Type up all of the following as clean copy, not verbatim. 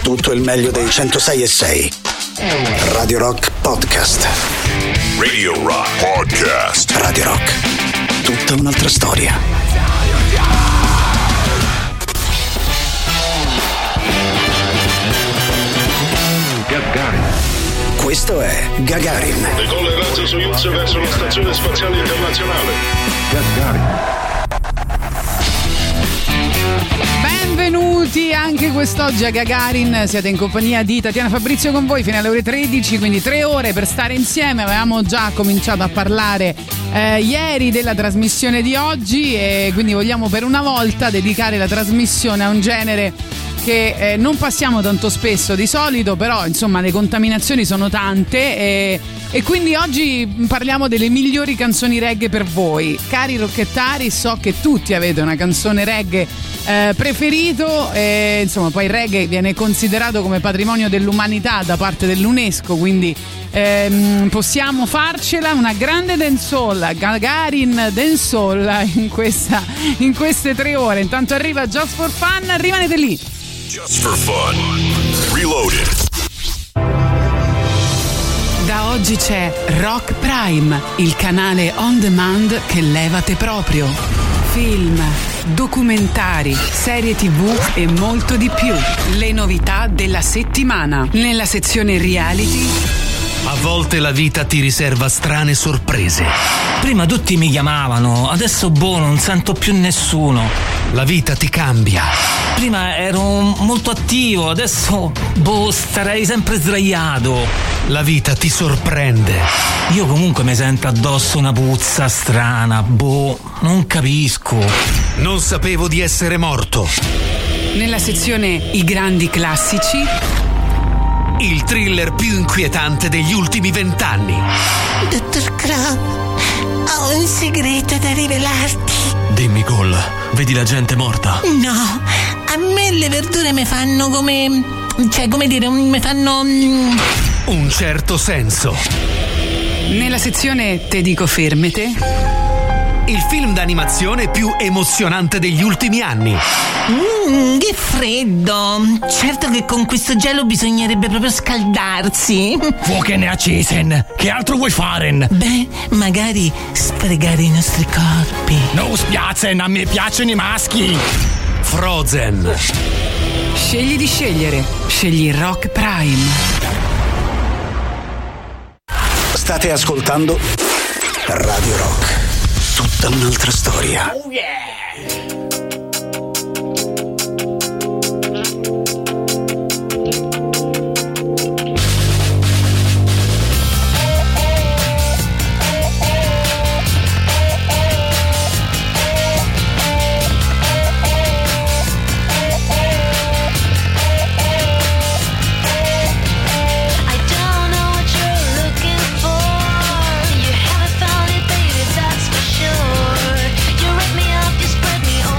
tutto il meglio dei 106.6. Radio Rock Podcast. Radio Rock Podcast. Radio Rock. Tutta un'altra storia. Gagarin. Questo è Gagarin. Decolla il razzo Soyuz verso la Stazione Spaziale Internazionale. Gagarin. Benvenuti anche quest'oggi a Gagarin, siete in compagnia di Tatiana Fabrizio con voi fino alle ore 13, quindi 3 ore per stare insieme. Avevamo già cominciato a parlare ieri della trasmissione di oggi e quindi vogliamo per una volta dedicare la trasmissione a un genere che non passiamo tanto spesso di solito, però insomma le contaminazioni sono tante e quindi oggi parliamo delle migliori canzoni reggae per voi. Cari rockettari, so che tutti avete una canzone reggae preferito, insomma poi il reggae viene considerato come patrimonio dell'umanità da parte dell'UNESCO, quindi possiamo farcela una grande dancehall, Gagarin dancehall in queste 3 ore. Intanto arriva Just for Fun, rimanete lì. Just for Fun. Reloaded. Da oggi c'è Rock Prime, il canale on demand che levate proprio. Film, documentari, serie TV e molto di più. Le novità della settimana. Nella sezione reality. A volte la vita ti riserva strane sorprese. Prima tutti mi chiamavano, adesso non sento più nessuno. La vita ti cambia. Prima ero molto attivo, adesso starei sempre sdraiato. La vita ti sorprende. Io comunque mi sento addosso una puzza strana, non capisco. Non sapevo di essere morto. Nella sezione I grandi classici. Il thriller più inquietante degli ultimi 20 anni. Dottor Crow, ho un segreto da rivelarti. Dimmi, Cole, vedi la gente morta? No, a me le verdure mi fanno come dire, mi fanno un certo senso. Nella sezione Te dico fermete. Il film d'animazione più emozionante degli ultimi anni. Che freddo. Certo che con questo gelo bisognerebbe proprio scaldarsi. Fuochene accesen, che altro vuoi fare? Beh, magari sfregare i nostri corpi. Non spiacen, a me piacciono i maschi. Frozen. Scegli di scegliere. Scegli Rock Prime. State ascoltando Radio Rock. Tutta un'altra storia. Oh yeah! You rip me up, you spread me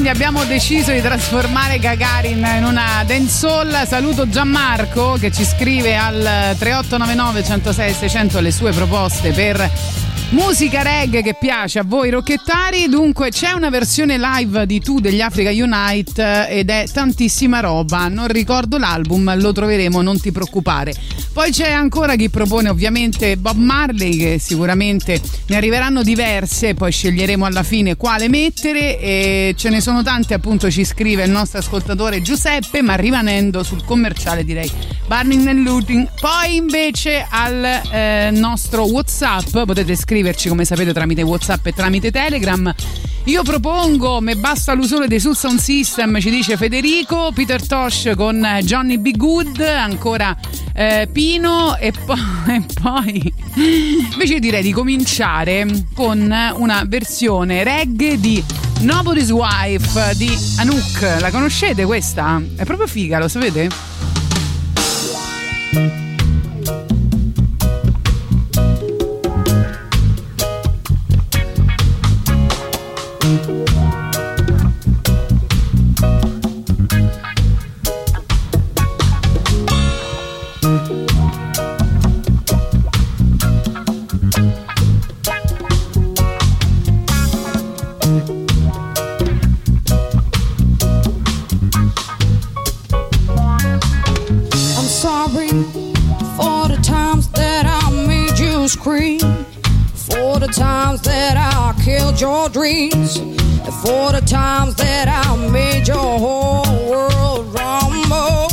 quindi abbiamo deciso di trasformare Gagarin in una dancehall. Saluto Gianmarco che ci scrive al 3899 106 600 le sue proposte per musica reggae che piace a voi rocchettari. Dunque c'è una versione live di Tu degli Africa Unite ed è tantissima roba, non ricordo l'album, lo troveremo, non ti preoccupare. Poi c'è ancora chi propone ovviamente Bob Marley, che sicuramente ne arriveranno diverse, poi sceglieremo alla fine quale mettere, e ce ne sono tante, appunto ci scrive il nostro ascoltatore Giuseppe, ma rimanendo sul commerciale direi Burning and Looting. Poi invece al nostro WhatsApp potete scriverci, come sapete, tramite WhatsApp e tramite Telegram. Io propongo Me basta l'usura dei Soul Sound System, ci dice Federico, Peter Tosh con Johnny B. Good, ancora Pino, e poi invece direi di cominciare con una versione reggae di Nobody's Wife di Anouk. La conoscete questa? È proprio figa, lo sapete? For the times that I killed your dreams, and for the times that I made your whole world rumble,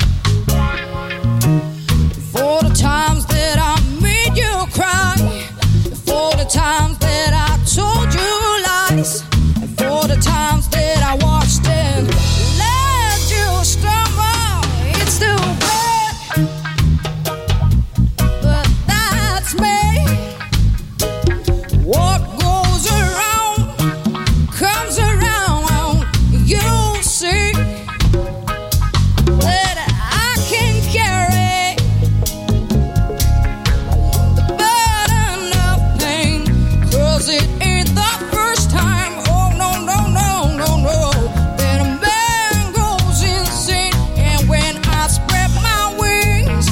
for the times that I made you cry, and for the times that I told you lies, and for the times that I watched and let you stumble. It's too bad, but that's me. What goes around comes around. You see that I can carry the burden of pain, 'cause it ain't the first time. Oh no, no, no, no, no, that a man goes insane. And when I spread my wings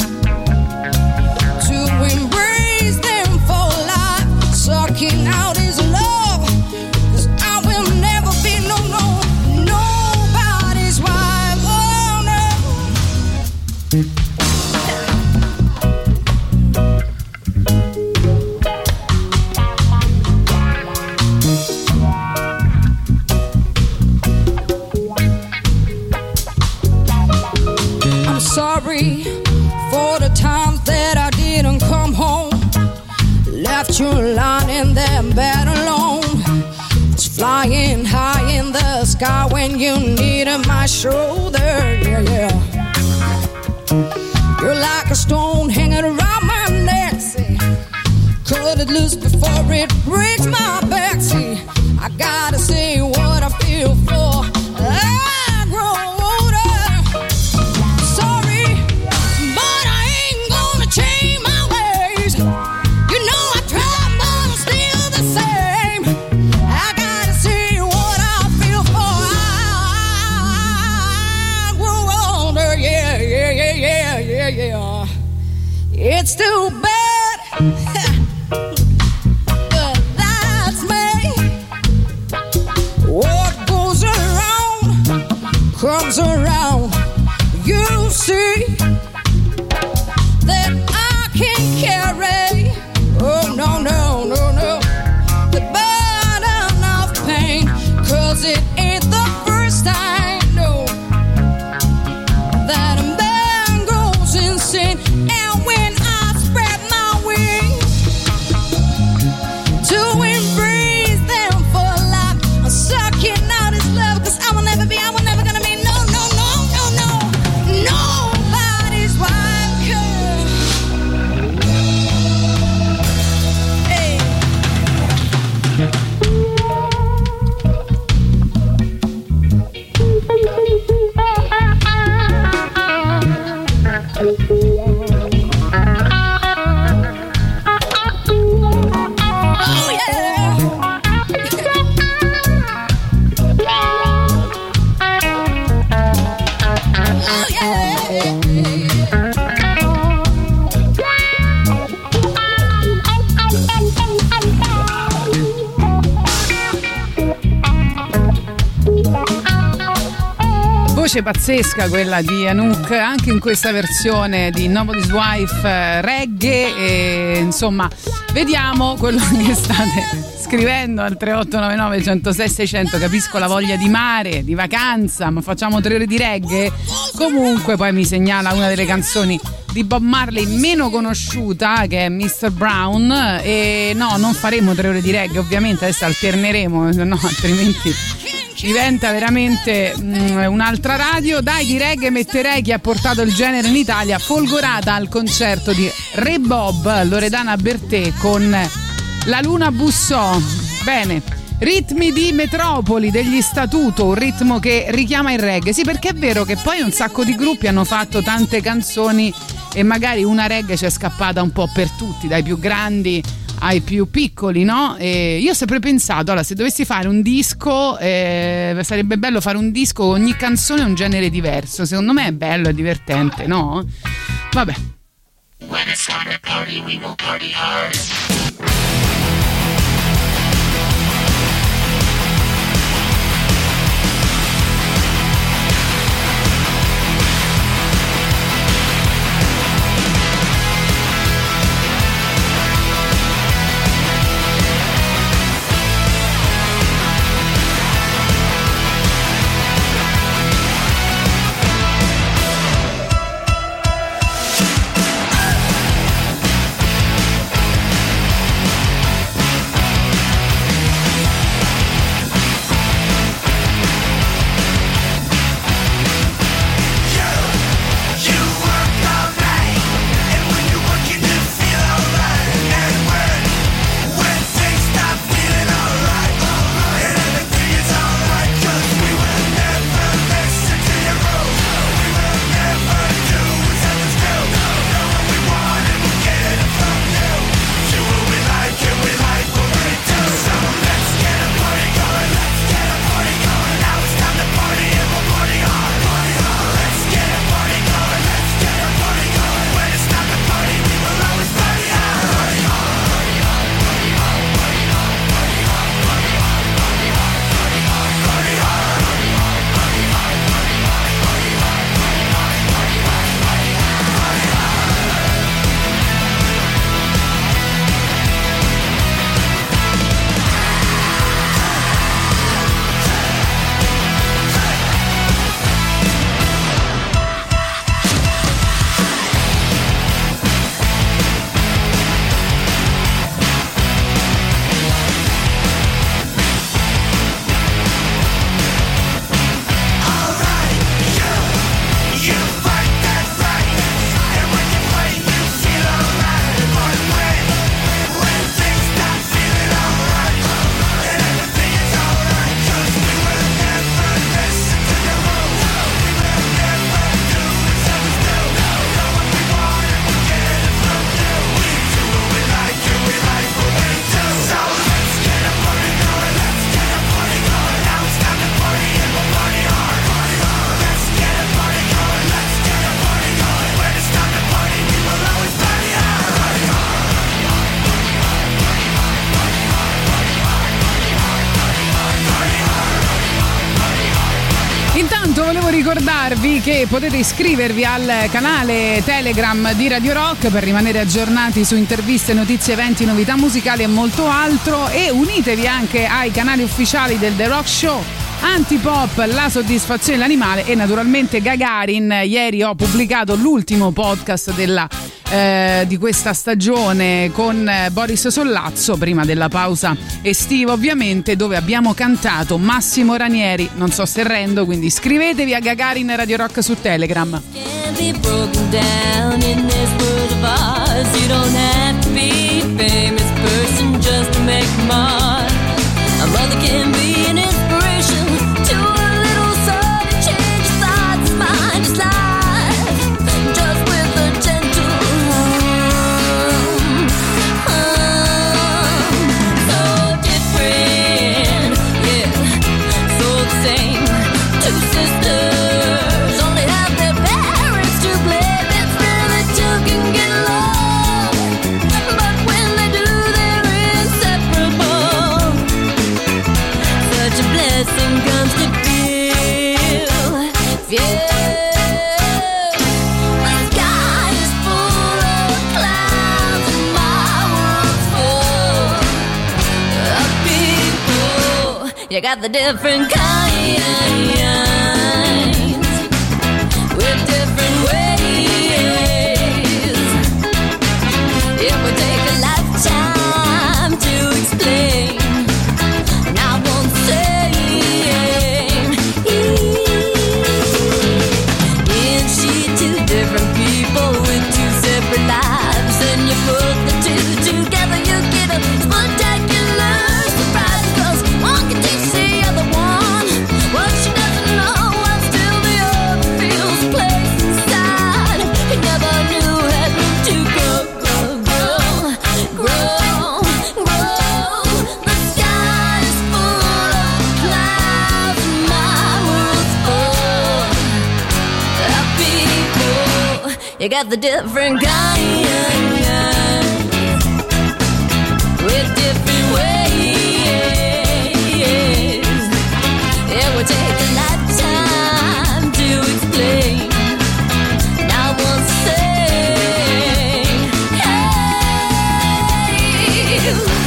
to embrace them for life, sucking out his love, 'cause I will never be nobody's wife. Oh no. I'm sorry for the times that I didn't come home, left you lying in that bed alone, was flying high in the sky when you needed my shoulder. Yeah, yeah. You're like a stone hanging around my neck. See, cut it loose before it breaks my back. See, I gotta say what I feel for. I grow older. Sorry, but I ain't gonna change my ways. You know I tried, but I'm still the same. I gotta see what I feel for. I grow older, yeah, yeah, yeah, yeah, yeah, yeah. It's too bad, but that's me. What goes around Voce pazzesca quella di Anouk, anche in questa versione di Nobody's Wife reggae, e insomma vediamo quello che state scrivendo al 3899 106 600. Capisco la voglia di mare, di vacanza, ma facciamo 3 ore di reggae? Comunque poi mi segnala una delle canzoni di Bob Marley meno conosciuta, che è Mr. Brown, e no, non faremo 3 ore di reggae, ovviamente adesso alterneremo, no, altrimenti diventa veramente un'altra radio. Dai, di reggae metterei chi ha portato il genere in Italia, Folgorata al concerto di Re Bob, Loredana Bertè con La Luna bussò. Bene, ritmi di metropoli degli Statuto, un ritmo che richiama il reggae. Sì, perché è vero che poi un sacco di gruppi hanno fatto tante canzoni e magari una reggae ci è scappata un po' per tutti, dai più grandi ai più piccoli, no? E io ho sempre pensato, allora, se dovessi fare un disco, sarebbe bello fare un disco, ogni canzone è un genere diverso. Secondo me è bello, è divertente, no? Vabbè. When it's time to party, we will party hard. Volevo ricordarvi che potete iscrivervi al canale Telegram di Radio Rock per rimanere aggiornati su interviste, notizie, eventi, novità musicali e molto altro, e unitevi anche ai canali ufficiali del The Rock Show, Antipop, La Soddisfazione dell'Animale e naturalmente Gagarin. Ieri ho pubblicato l'ultimo podcast di questa stagione con Boris Sollazzo, prima della pausa estiva ovviamente, dove abbiamo cantato Massimo Ranieri, Non so se rendo, quindi iscrivetevi a Gagarin Radio Rock su Telegram. Only have their parents to blame. It's been a took and get love, but when they do, You got the different kinds with different ways. It would take a lifetime to explain, and I won't say. Is she two different people with two separate lives? And you put the two together, you get a spectacular surprise. 'Cause one can teach the other one what she doesn't know, and still the other feels place inside. He never knew had room to grow, grow, grow, grow. The sky is full of clouds, and my world's full of people. You got the different kinds with different ways. It would take a lifetime to explain. And I won't say, hey.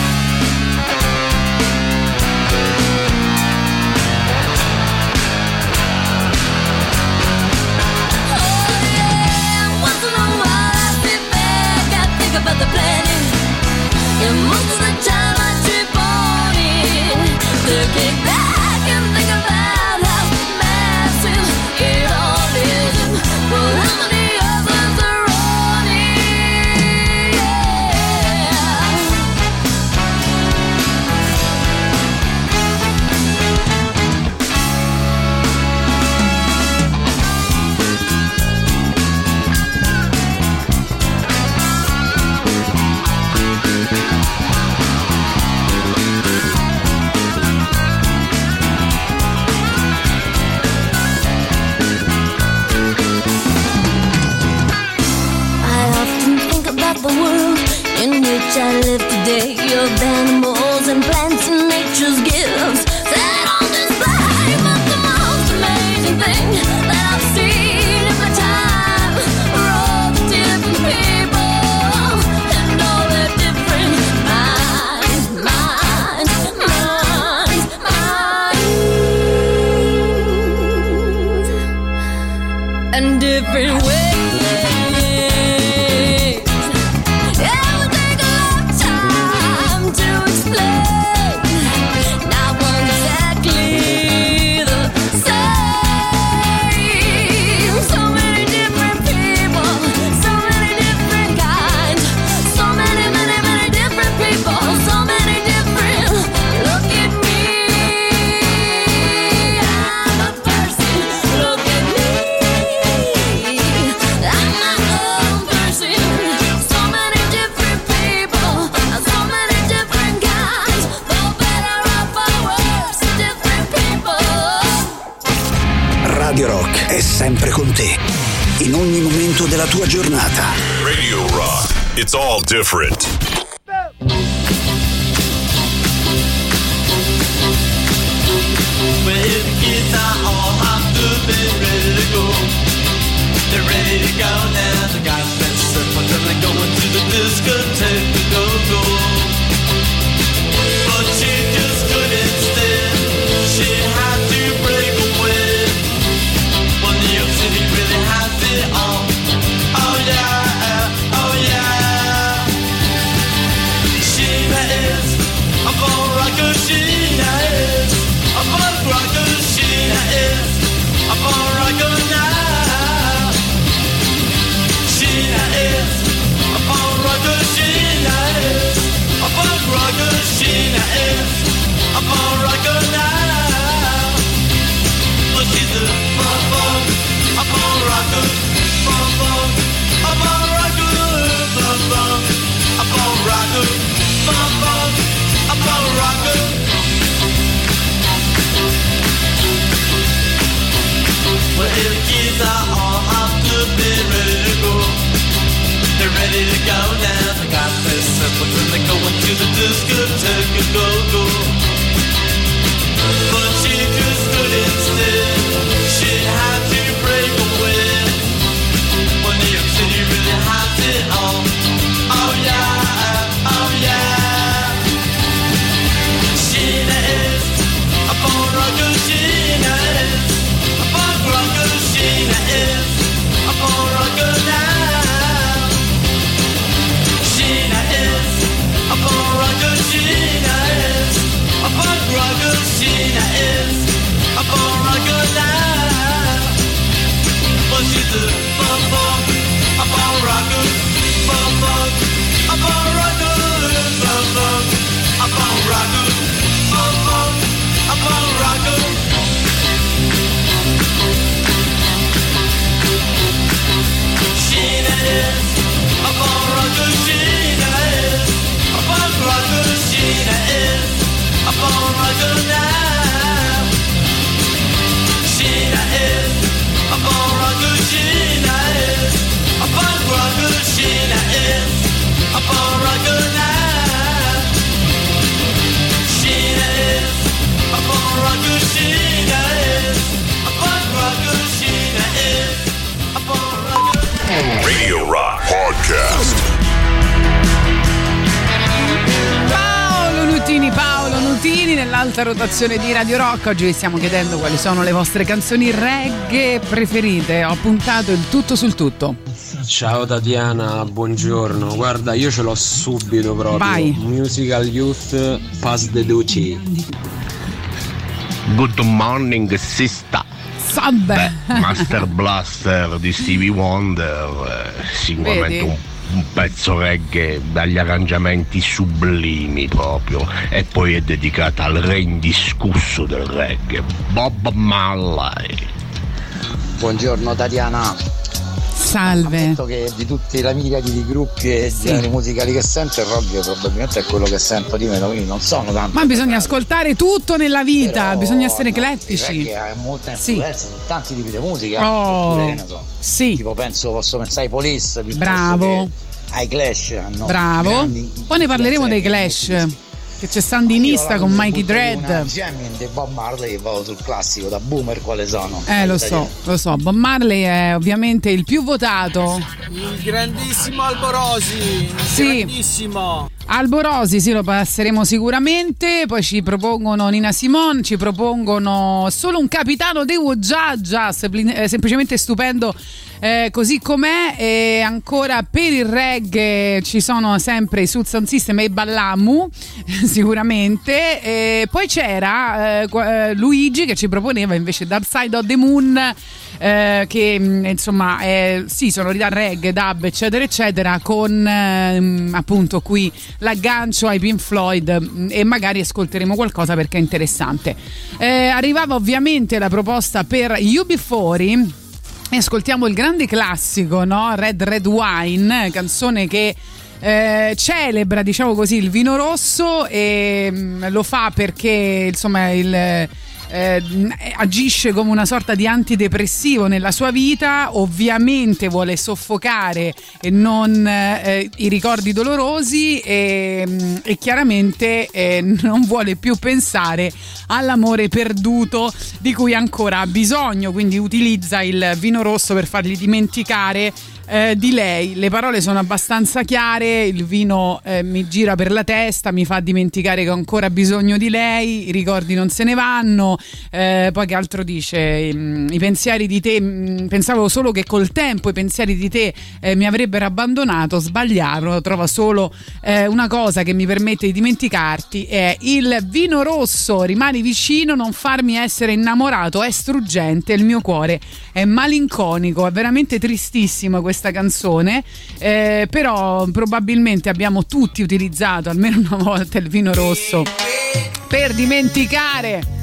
Oh yeah, once in a while I sit back, I think about the planet. And most of the time I trip on it, to kick back and think about how massive it all is, and well, how many others are on it, yeah. I often think about the world in which I live today, of animals and plants and nature's gifts set on display. But the most amazing thing that I've seen in my time are all the different people and all their different minds, minds, minds, minds, and different ways. It would take a lifetime to explain, and I want exactly the same. So many different people, so many different kinds, so many, many, many different people, so many different. Look at me, I'm a person. Look at me, I'm my own person. So many different people, so many different kinds, for better or for worse, different people. Radio Rock è sempre con te, in ogni momento della tua giornata. Radio Rock. It's all different. Well, the kids are all hopped up and ready to go. They're ready to go now. They got that stuff until they're going to the discotheque to go. But she just couldn't stand. She had to break away. Well, New York City really has it all. Oh yeah, oh yeah. She is a ball rocker. She is a ball rocker. She is a ball rocker now. She is a ball rocker. She is a ball rocker. She is a ball rocker now. Well, she's a ball rocker, a ball rocker, a ball rocker, a ball rocker. Well, the kids are all hopped up and ready to go. They're ready to go now. They got their circles and they're going to the discotheque to go. But she just couldn't stand. She had to break away. Well, New York City really has it all. Oh yeah, oh yeah. She is a upon rocker now. Sheena is upon rocker, Sheena is upon rocker, Sheena is upon rocker now. Sheena is upon rocker, Sheena is upon rocker, Sheena is upon rocker. Radio Rock Podcast. Paolo Nutini nell'alta rotazione di Radio Rock. Oggi vi stiamo chiedendo quali sono le vostre canzoni reggae preferite. Ho puntato il tutto sul tutto. Ciao Tatiana, buongiorno. Guarda, io ce l'ho subito proprio. Vai. Musical Youth, Pass the Ducci. Good morning sister. Salve. Master Blaster di Stevie Wonder, sicuramente un pezzo reggae dagli arrangiamenti sublimi proprio, e poi è dedicata al re indiscusso del reggae, Bob Marley. Buongiorno Tatiana. Salve. Ammetto che di tutti i miriadi di gruppi e generi musicali che sento, il rock probabilmente è quello che sento di meno, quindi non sono tanto. Ma bisogna ascoltare tutto nella vita, però bisogna essere eclettici. Che ha molta influenza su tanti tipi di musica. Oh, oppure, sì. Tipo posso pensare ai Police, bravo, ai Clash. Bravo. Poi ne parleremo dei Clash. Che c'è Sandinista con Mikey Dread. Di Bob Marley, vado sul classico da boomer quale sono. Lo so. Bob Marley è ovviamente il più votato. Il grandissimo Alborosi. Grandissimo. Alborosi, sì, lo passeremo sicuramente. Poi ci propongono Nina Simone, ci propongono Solo un capitano devo già semplicemente stupendo. Così com'è. E ancora per il reggae ci sono sempre i Sound System e i Ballamu sicuramente. E poi c'era Luigi che ci proponeva invece Dark Side of the Moon, che insomma sì, sonorità reggae, dub eccetera eccetera, con appunto qui l'aggancio ai Pink Floyd, e magari ascolteremo qualcosa perché è interessante. Arrivava ovviamente la proposta per UB40 e ascoltiamo il grande classico, no? Red Wine, canzone che celebra, diciamo così, il vino rosso, e lo fa perché insomma agisce come una sorta di antidepressivo nella sua vita. Ovviamente vuole soffocare e non i ricordi dolorosi, e chiaramente non vuole più pensare all'amore perduto di cui ancora ha bisogno, quindi utilizza il vino rosso per fargli dimenticare di lei. Le parole sono abbastanza chiare: il vino mi gira per la testa, mi fa dimenticare che ho ancora bisogno di lei, i ricordi non se ne vanno. Poi che altro dice? I pensieri di te, pensavo solo che col tempo i pensieri di te mi avrebbero abbandonato, sbagliato, trova solo una cosa che mi permette di dimenticarti, è il vino rosso, rimani vicino, non farmi essere innamorato, è struggente, il mio cuore è malinconico. È veramente tristissima questa canzone, però probabilmente abbiamo tutti utilizzato almeno una volta il vino rosso per dimenticare.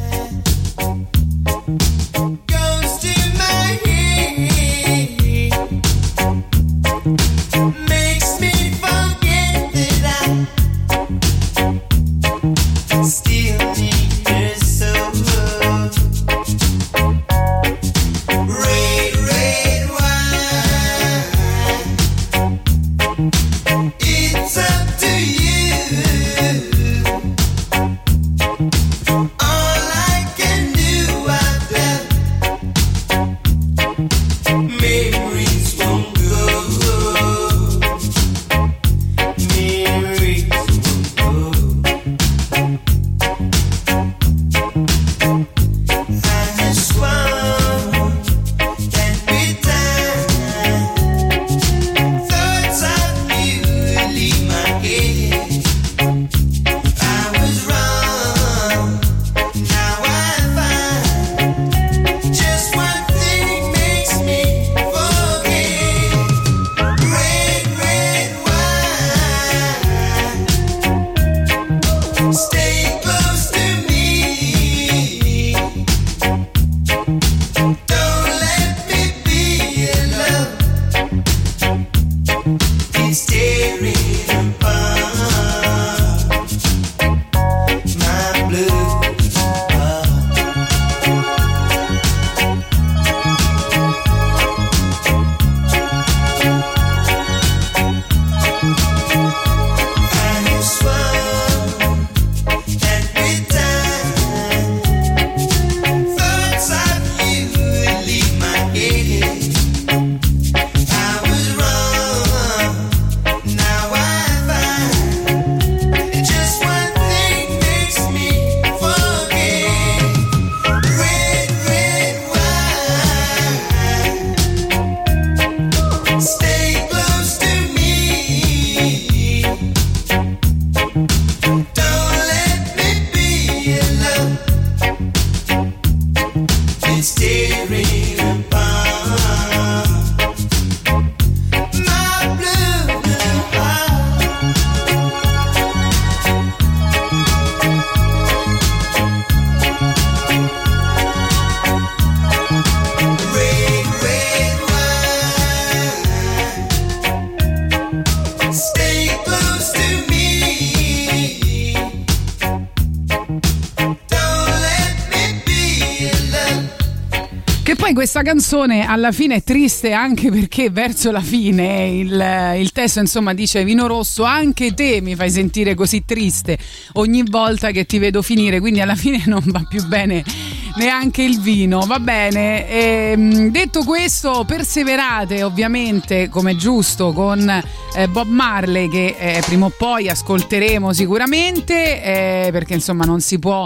All Don't let me be in love. It's tearing apart my blue, blue heart. Red, red wine, stay close to me. Don't let me be in love. Che poi questa canzone alla fine è triste anche perché verso la fine il testo insomma dice: vino rosso, anche te mi fai sentire così triste ogni volta che ti vedo finire, quindi alla fine non va più bene neanche il vino. Va bene, detto questo, perseverate ovviamente come giusto con Bob Marley, che prima o poi ascolteremo sicuramente, perché insomma non si può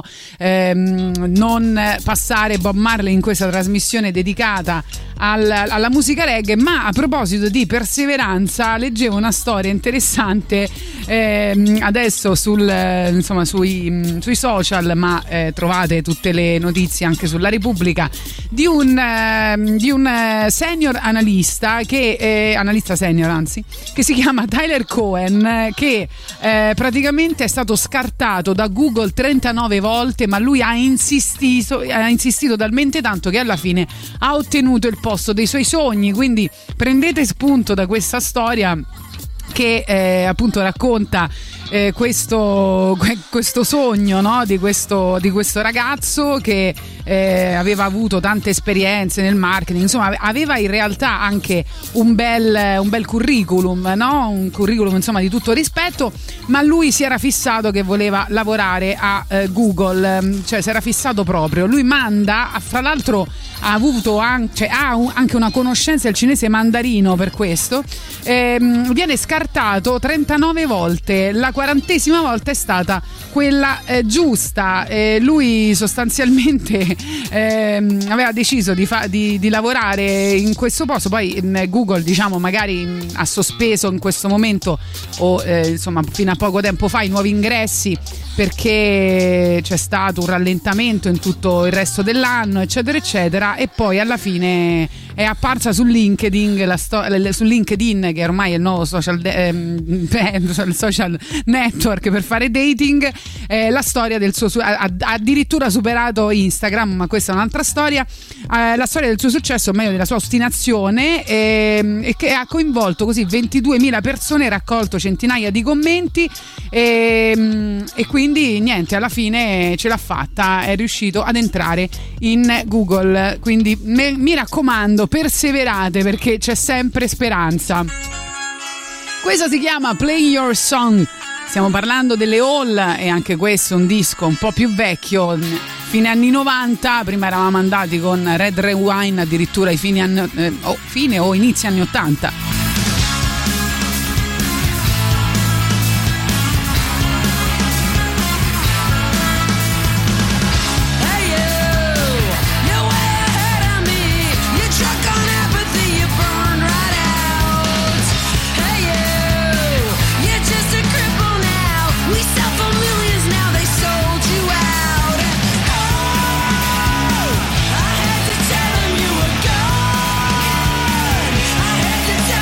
non passare Bob Marley in questa trasmissione dedicata alla musica reggae. Ma a proposito di perseveranza, leggevo una storia interessante adesso insomma sui social, ma trovate tutte le notizie anche sulla Repubblica, di un senior analista analista senior anzi, che si chiama Tyler Cohen, che praticamente è stato scartato da Google 39 volte, ma lui ha insistito talmente tanto che alla fine ha ottenuto il posto dei suoi sogni. Quindi prendete spunto da questa storia che appunto racconta questo sogno, no? di questo ragazzo che aveva avuto tante esperienze nel marketing, insomma aveva in realtà anche un bel curriculum, no? Un curriculum insomma di tutto rispetto, ma lui si era fissato che voleva lavorare a Google, cioè si era fissato proprio. Lui manda, fra l'altro ha avuto anche una conoscenza del cinese mandarino, per questo viene scartato 39 volte, la 40ª volta è stata quella giusta. Lui sostanzialmente aveva deciso di lavorare in questo posto, poi Google diciamo magari ha sospeso in questo momento o insomma fino a poco tempo fa i nuovi ingressi, perché c'è stato un rallentamento in tutto il resto dell'anno, eccetera eccetera, e poi alla fine è apparsa su LinkedIn, su LinkedIn, che ormai è il nuovo social network per fare dating, la storia del suo ha addirittura superato Instagram, ma questa è un'altra storia, la storia del suo successo, o meglio della sua ostinazione, e che ha coinvolto così 22.000 persone, raccolto centinaia di commenti, e quindi niente, alla fine ce l'ha fatta, è riuscito ad entrare in Google. Quindi mi raccomando, perseverate, perché c'è sempre speranza. Questo si chiama Play Your Song, stiamo parlando delle Hall, e anche questo è un disco un po' più vecchio, fine anni 90. Prima eravamo andati con Red Wine addirittura ai fine o inizi anni 80. Tell 'em you were gone. I had to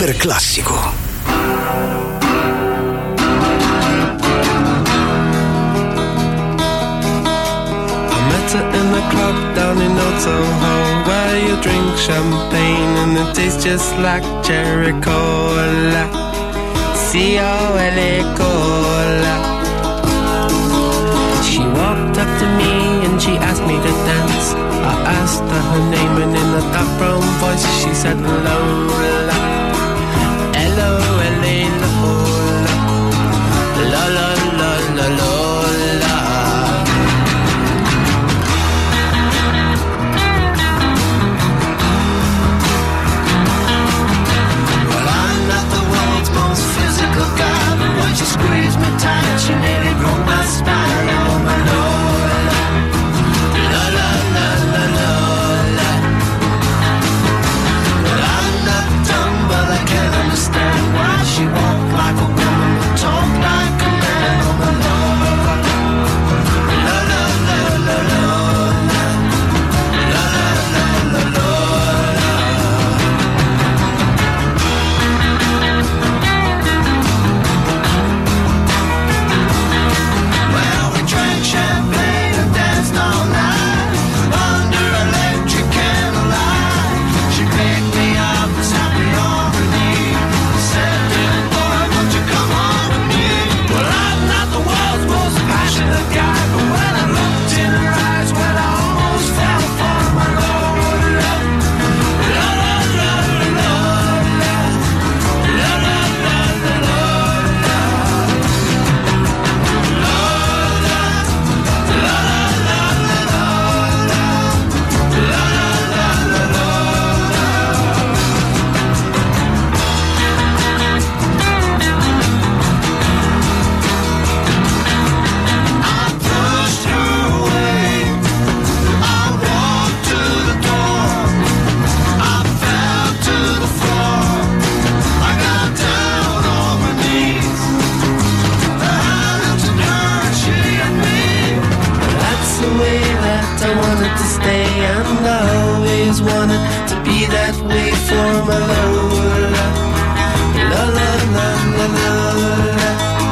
super classico. In the club down in Old Soho, where you drink champagne and it tastes just like cherry cola, C-O-L-A cola. She walked up to me and she asked me to dance. I asked her her name and in a dark brown voice she said Lola, L-O-L-A Lola, Lola. She squeezed me tight, she nearly broke my spine. Oh my Lola, Lola, Lola, Lola. Well, I'm not dumb, but I can't understand why she walked like a woman but talked like a man. Oh my Lola, Lola, Lola, Lola, Lola, Lola, Lola. Champagne and danced all night under electric candlelight. She picked me up and snapped me on her knee, said, "Little boy, won't you come home with me?" Well, I'm not the world's most passionate guy, but when I looked in her eyes, well, I almost fell for my Lola, Lola, Lola, Lola, Lola, Lola, Lola. I wanted to stay and I always wanted to be that way for my Lola, Lola, Lola, Lola.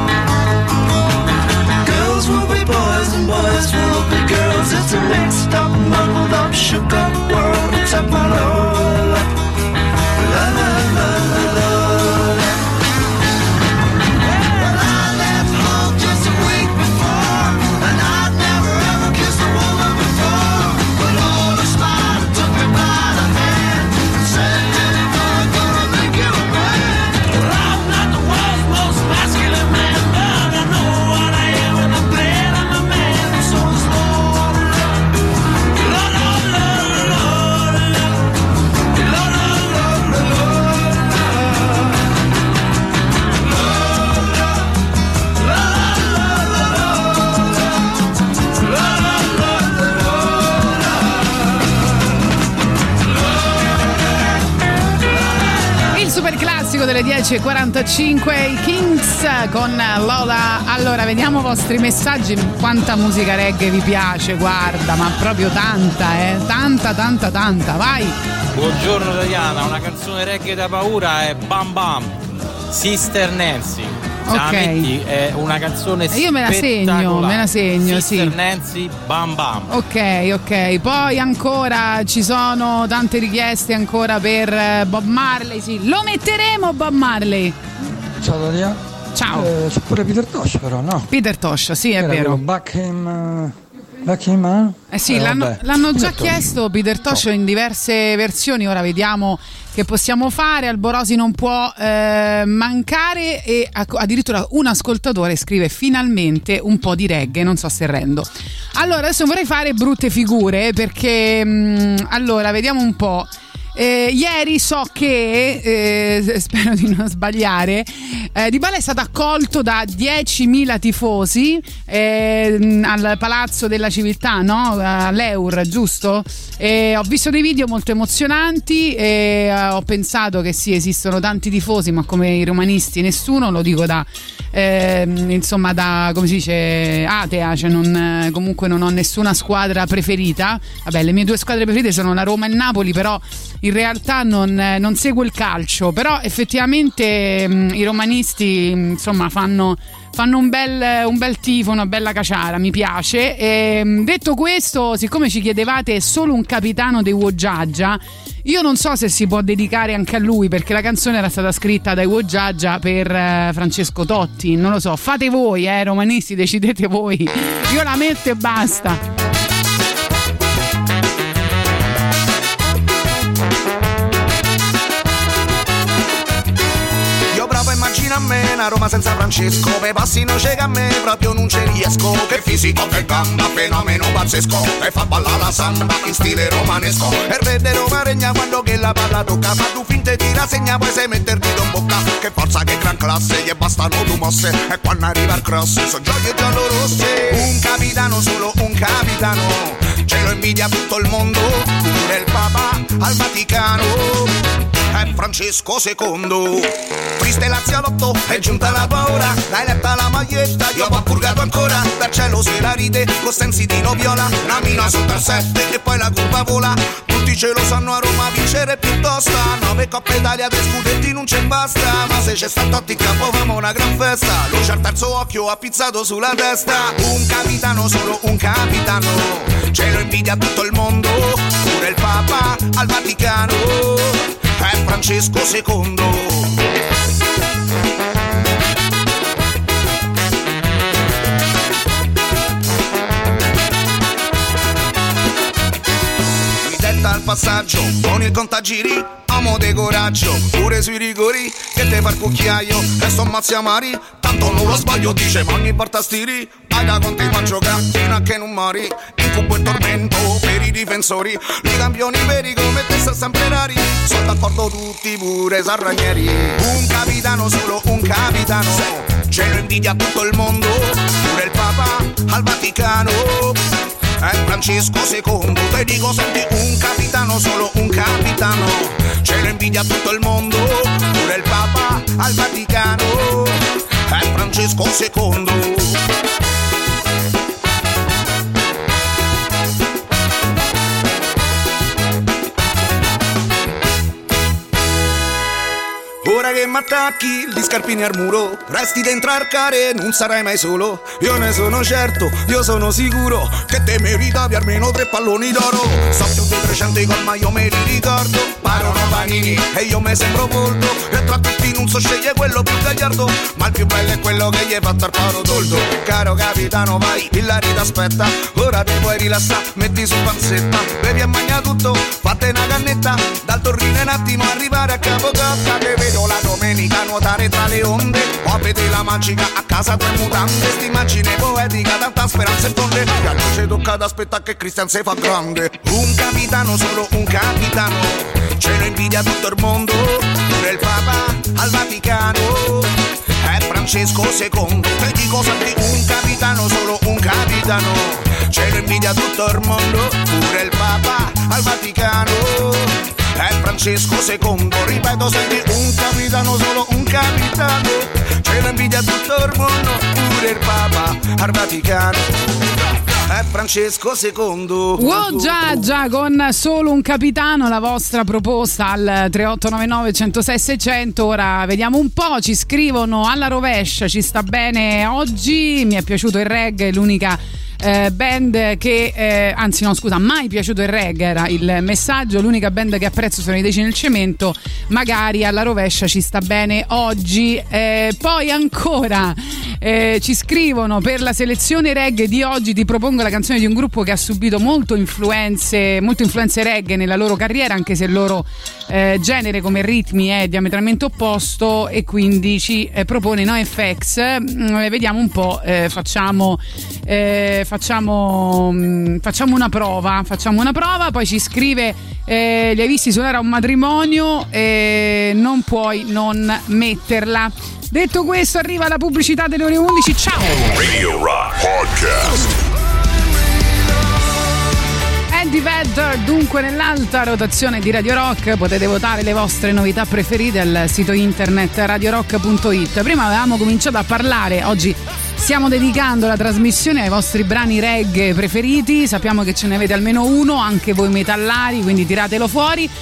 Girls will be boys and boys will be girls. It's a mixed up, muddled up, shook up world except my Lola, Lola, Lola, Lola. Well, I left home just a week before and I'd never ever kissed a woman before. But Lola smiled and took me by the hand and said, "Little boy, I'm gonna make you a man." Well, I'm not the world's most masculine man, but I know what I am and I'm glad I'm a man. So it's Lola, Lola, Lola, Lola, Lola, Lola, Lola. Il super classico delle 10:45, i Kings con Lola. Allora, vediamo i vostri messaggi. Quanta musica reggae vi piace, guarda, ma proprio tanta, tanta, vai. Buongiorno Tatiana, una canzone reggae da paura è Bam Bam, Sister Nancy. Ok. È una canzone io me la segno, Sister sì. Nancy, Bam Bam. Ok. Poi ancora ci sono tante richieste ancora per Bob Marley, sì. Lo metteremo Bob Marley. Ciao Daria. Ciao. C'è pure Peter Tosh però, no? Peter Tosh, sì, è vero. Back him sì, l'hanno già chiesto Peter Tosh in diverse versioni. Ora vediamo che possiamo fare. Alborosi non può mancare, e addirittura un ascoltatore scrive finalmente un po' di reggae, non so se rendo. Allora adesso vorrei fare brutte figure perché allora vediamo un po'. Ieri so che spero di non sbagliare, Dybala è stato accolto da 10.000 tifosi al Palazzo della Civiltà, no? All'Eur, giusto? Ho visto dei video molto emozionanti e ho pensato che sì, esistono tanti tifosi, ma come i romanisti nessuno, lo dico da insomma da, come si dice, atea, cioè comunque non ho nessuna squadra preferita. Vabbè, le mie due squadre preferite sono la Roma e il Napoli, però in realtà non segue il calcio, però effettivamente i romanisti insomma fanno un bel tifo, una bella caciara, mi piace. Detto questo, siccome ci chiedevate solo un capitano dei Wojaggia, io non so se si può dedicare anche a lui, perché la canzone era stata scritta dai Wojaggia per Francesco Totti, non lo so, fate voi, romanisti, decidete voi, io la metto e basta. Immagina a me una Roma senza Francesco, per passi non c'è a me, proprio non ci riesco. Che fisico, che gamba, fenomeno pazzesco, e fa ballare la samba in stile romanesco. E il re de Roma regna quando che la palla tocca, fa tu finte di rassegna, poi sei metter dito in bocca. Che forza, che gran classe, gli bastano due mosse, e quando arriva il cross sono giochi giallo-rosse. Un capitano, solo un capitano, ce lo invidia tutto il mondo, pure il Papa al Vaticano. È Francesco II. Triste Lazialotto, è giunta la tua ora. L'hai letta la maglietta, io ho purgato ancora. Per cielo se la ride, con sensi di noviola. Una mina sotto al 7 e poi la curva vola. Tutti ce lo sanno a Roma, vincere piuttosto. 9 Coppe Italia, 3 scudetti non ce basta. Ma se c'è sta Totti in campo famo una gran festa. Luce al terzo occhio, ha pizzato sulla testa. Un capitano, solo un capitano, ce lo invidia tutto il mondo, pure il Papa al Vaticano. È Francesco II. Mi detta al passaggio con il contagiri, amo de coraggio, pure sui rigori, che te fa il cucchiaio e sto mazzi amari, tanto non lo sbaglio, dice ma ogni porta stiri, hai da continuare a giocare fino a che non mori, incubo e tormento per i difensori, i campioni veri come te sta sempre rari, sono d'accordo tutti pure Sarragneri. Un capitano, solo un capitano, ce lo invidia tutto il mondo, pure il Papa al Vaticano. È Francesco II, te dico senti, un capitano, solo un capitano, ce lo invidia tutto il mondo, pure il Papa al Vaticano. È Francesco II. Ora che m'attacchi gli scarpini al muro, resti dentro al care, non sarai mai solo. Io ne sono certo, io sono sicuro che te meritavi almeno 3 palloni d'oro. So più di 300 gol ma io me li ricordo, parono panini e io me sembro volto. E tra tutti non so sceglie quello più gagliardo, ma il più bello è quello che gli hai fatto al paro tolto. Caro capitano vai, il Lari t'aspetta, ora ti puoi rilassare, metti su panzetta, bevi e mangia tutto, fatte una cannetta, dal Torrino un attimo arrivare a Capocotta. Che vedo la domenica nuotare tra le onde, o vedi la magica a casa tre mutande, st'immagine poetica tanta speranza in fonde, e allora ci tocca ad aspettare che Cristian si fa grande. Un capitano, solo un capitano, ce lo invidia tutto il mondo, pure il Papa al Vaticano. È Francesco II, te dico senti, un capitano, solo un capitano, ce lo invidia tutto il mondo, pure il Papa al Vaticano. È Francesco II, ripeto senti, un capitano, solo un capitano, ce lo invidia tutto il mondo, pure il Papa al Vaticano. È Francesco II. Wojaggia con solo un capitano, la vostra proposta al 3899 106 600. Ora vediamo un po', ci scrivono alla rovescia, ci sta bene oggi, mi è piaciuto il reggae, l'unica band che anzi no scusa, mai piaciuto il reggae era il messaggio, l'unica band che apprezzo sono i Deci nel Cemento, magari alla rovescia ci sta bene oggi. Poi ancora ci scrivono, per la selezione reggae di oggi ti propongo la canzone di un gruppo che ha subito molte influenze reggae nella loro carriera, anche se il loro genere come ritmi è diametralmente opposto, e quindi ci propone NoFX. Vediamo un po', facciamo una prova, poi ci scrive li hai visti suonare a un matrimonio, non puoi non metterla. Detto questo arriva la pubblicità delle ore 11, ciao! Radio Rock Podcast. Andy Vedder, dunque nell'alta rotazione di Radio Rock potete votare le vostre novità preferite al sito internet radiorock.it. Prima avevamo cominciato a parlare, oggi stiamo dedicando la trasmissione ai vostri brani reggae preferiti, sappiamo che ce ne avete almeno uno, anche voi metallari, quindi tiratelo fuori.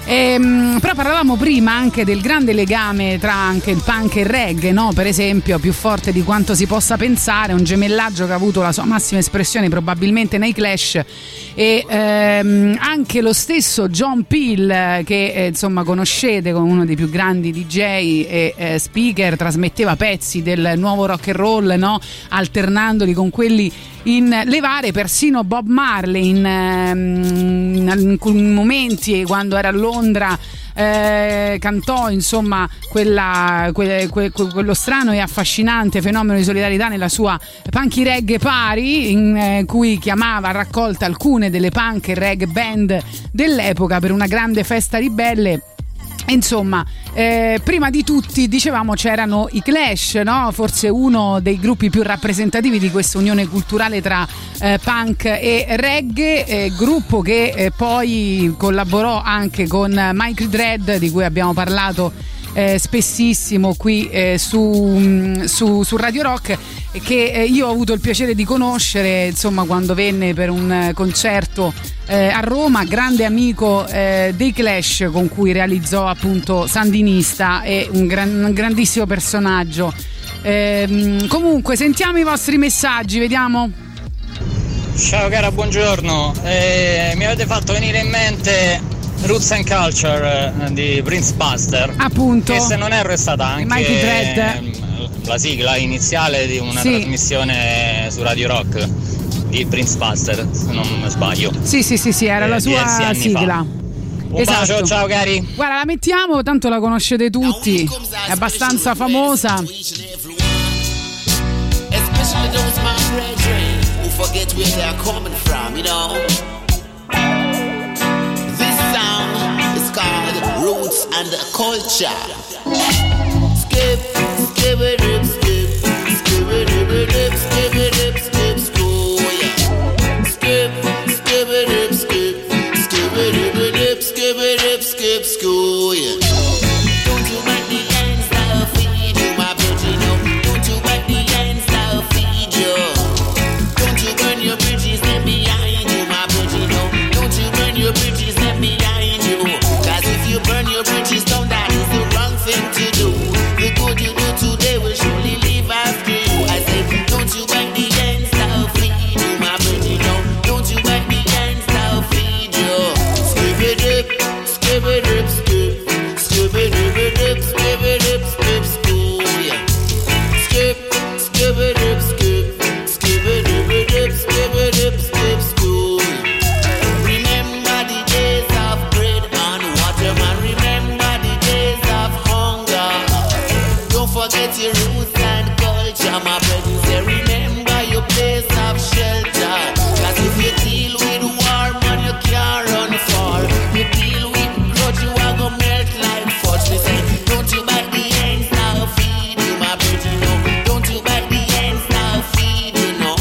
Però parlavamo prima anche del grande legame tra anche il punk e il reggae, no? Per esempio, più forte di quanto si possa pensare, un gemellaggio che ha avuto la sua massima espressione probabilmente nei Clash, e anche lo stesso John Peel, che insomma conoscete come uno dei più grandi DJ e speaker, trasmetteva pezzi del nuovo rock and roll, no? Alternandoli con quelli in levare. Persino Bob Marley in momenti, quando era a Londra, cantò insomma quello strano e affascinante fenomeno di solidarietà nella sua Punky Reggae Party, in cui chiamava a raccolta alcune delle punk e reggae band dell'epoca per una grande festa ribelle. Insomma, prima di tutti, dicevamo, c'erano i Clash, no? Forse uno dei gruppi più rappresentativi di questa unione culturale tra punk e reggae, gruppo che poi collaborò anche con Mike Dredd, di cui abbiamo parlato spessissimo qui su Radio Rock, che io ho avuto il piacere di conoscere, insomma, quando venne per un concerto a Roma, grande amico dei Clash, con cui realizzò appunto Sandinista, e un grandissimo personaggio. Comunque sentiamo i vostri messaggi, vediamo. Ciao cara, buongiorno. Mi avete fatto venire in mente Roots and Culture di Prince Buster, appunto, che se non erro è stata anche la sigla iniziale di una trasmissione su Radio Rock di Prince Buster, se non sbaglio. Sì, era la sua sigla. Un bacio, ciao cari. Guarda, la mettiamo, tanto la conoscete tutti, è abbastanza famosa. Especially those my brethren who forget where they are coming from, you know. This song is called Roots and Culture. Skip, skip it up, skip, skip it up, skip it up, skip, school, yeah. Skip, skip it up, skip, skip it up, skip it up, skip, school, yeah. Don't you make the ends that feed you, my beauty, no. Don't you make the ends that feed you. Don't you burn your bridges then behind you, my beauty, no. Don't you burn your bridges then behind you. Cause if you burn your bridges down, that is the wrong thing to do. The good you do today will surely live after you. I say, don't you make the ends that feed you, my beauty, no. Don't you make the ends that feed you. Skip it up, skip it up, skip. Skip it up, skip it up, skip, school, yeah. Skip, skip it up, skip. Skip it up, skip it up, skip, school. Remember the days of bread and water, man. Remember the days of hunger. Don't forget your roots and culture, my brothers. Say, remember your place of shelter. Cause if you deal with war, man, you can't run far. You deal with grudge, you are gonna melt like fudge. They say, don't you bite the ends now, feed you, my brother, no. Don't you bite the ends now, feed you, no.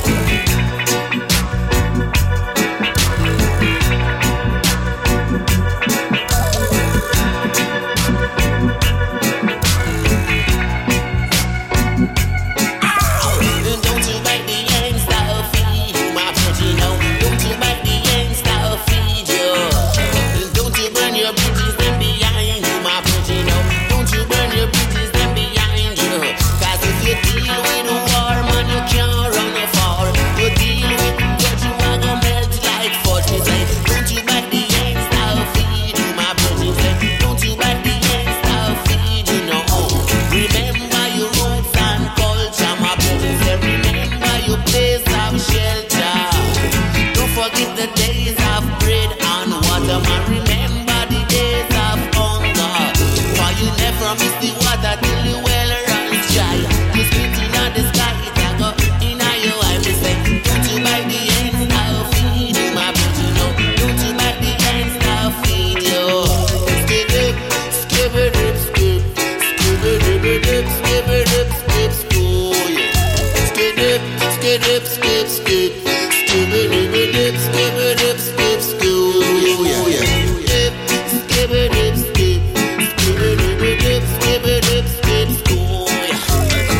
Don't you bite the ends now, feed you, my brother, no. Don't you bite the ends now, feed you. Don't you burn your bridges then behind you, my brother, no. Don't you burn your bridges then behind you. Cause if you deal with war, man, you can't run far. You deal with what you are gonna melt like fudge. Me say, don't you bite the ends now, feed you, my brother, say, don't you bite the ends now, feed you, no. Remember your roots and culture, my brother, say, remember your place of shelter. Don't forget the days of bread and water, man. Remember the days of hunger. For you never miss the water till the well runs dry. You spit in the sky, it a go in your eye. Me say, don't you bite the ends now, feed you, my brother, no. Don't you bite the ends now, feed you. Skip it, skip it up, skip. Skip it up, skip it up, skip, school, yeah. Skip it up, skip, skip. Skip it up, skip it up, skip, school, yeah. Skip it up, skip. Skip it up, skip it up, skip, school, yeah.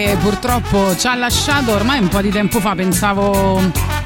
che purtroppo ci ha lasciato ormai un po' di tempo fa, pensavo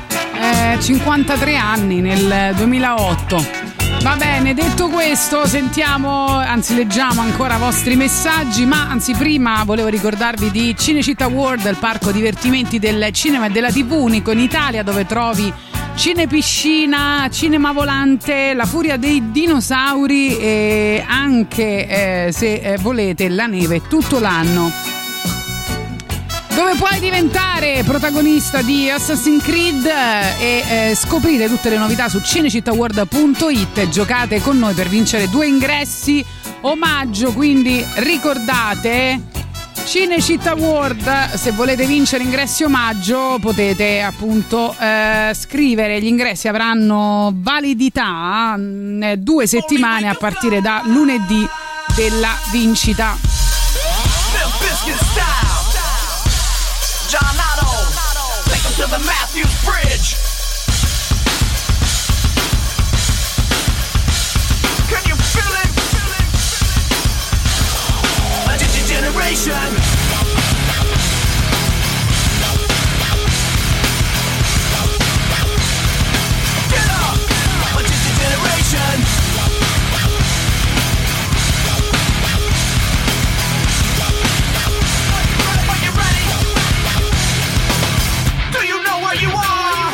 53 anni, nel 2008. Va bene, detto questo, leggiamo ancora i vostri messaggi, ma prima volevo ricordarvi di Cinecittà World, il parco divertimenti del cinema e della TV, unico in Italia, dove trovi cinepiscina, cinema volante, la furia dei dinosauri e anche, se volete, la neve tutto l'anno. Dove puoi diventare protagonista di Assassin's Creed e scoprire tutte le novità su cinecittàworld.it e giocate con noi per vincere 2 ingressi omaggio. Quindi ricordate, Cinecittà World, se volete vincere ingressi omaggio potete appunto scrivere. Gli ingressi avranno validità 2 settimane a partire da lunedì della vincita. John Otto, take him to the Matthews Bridge. Can you feel it? A generation. Get up, a generation. You are.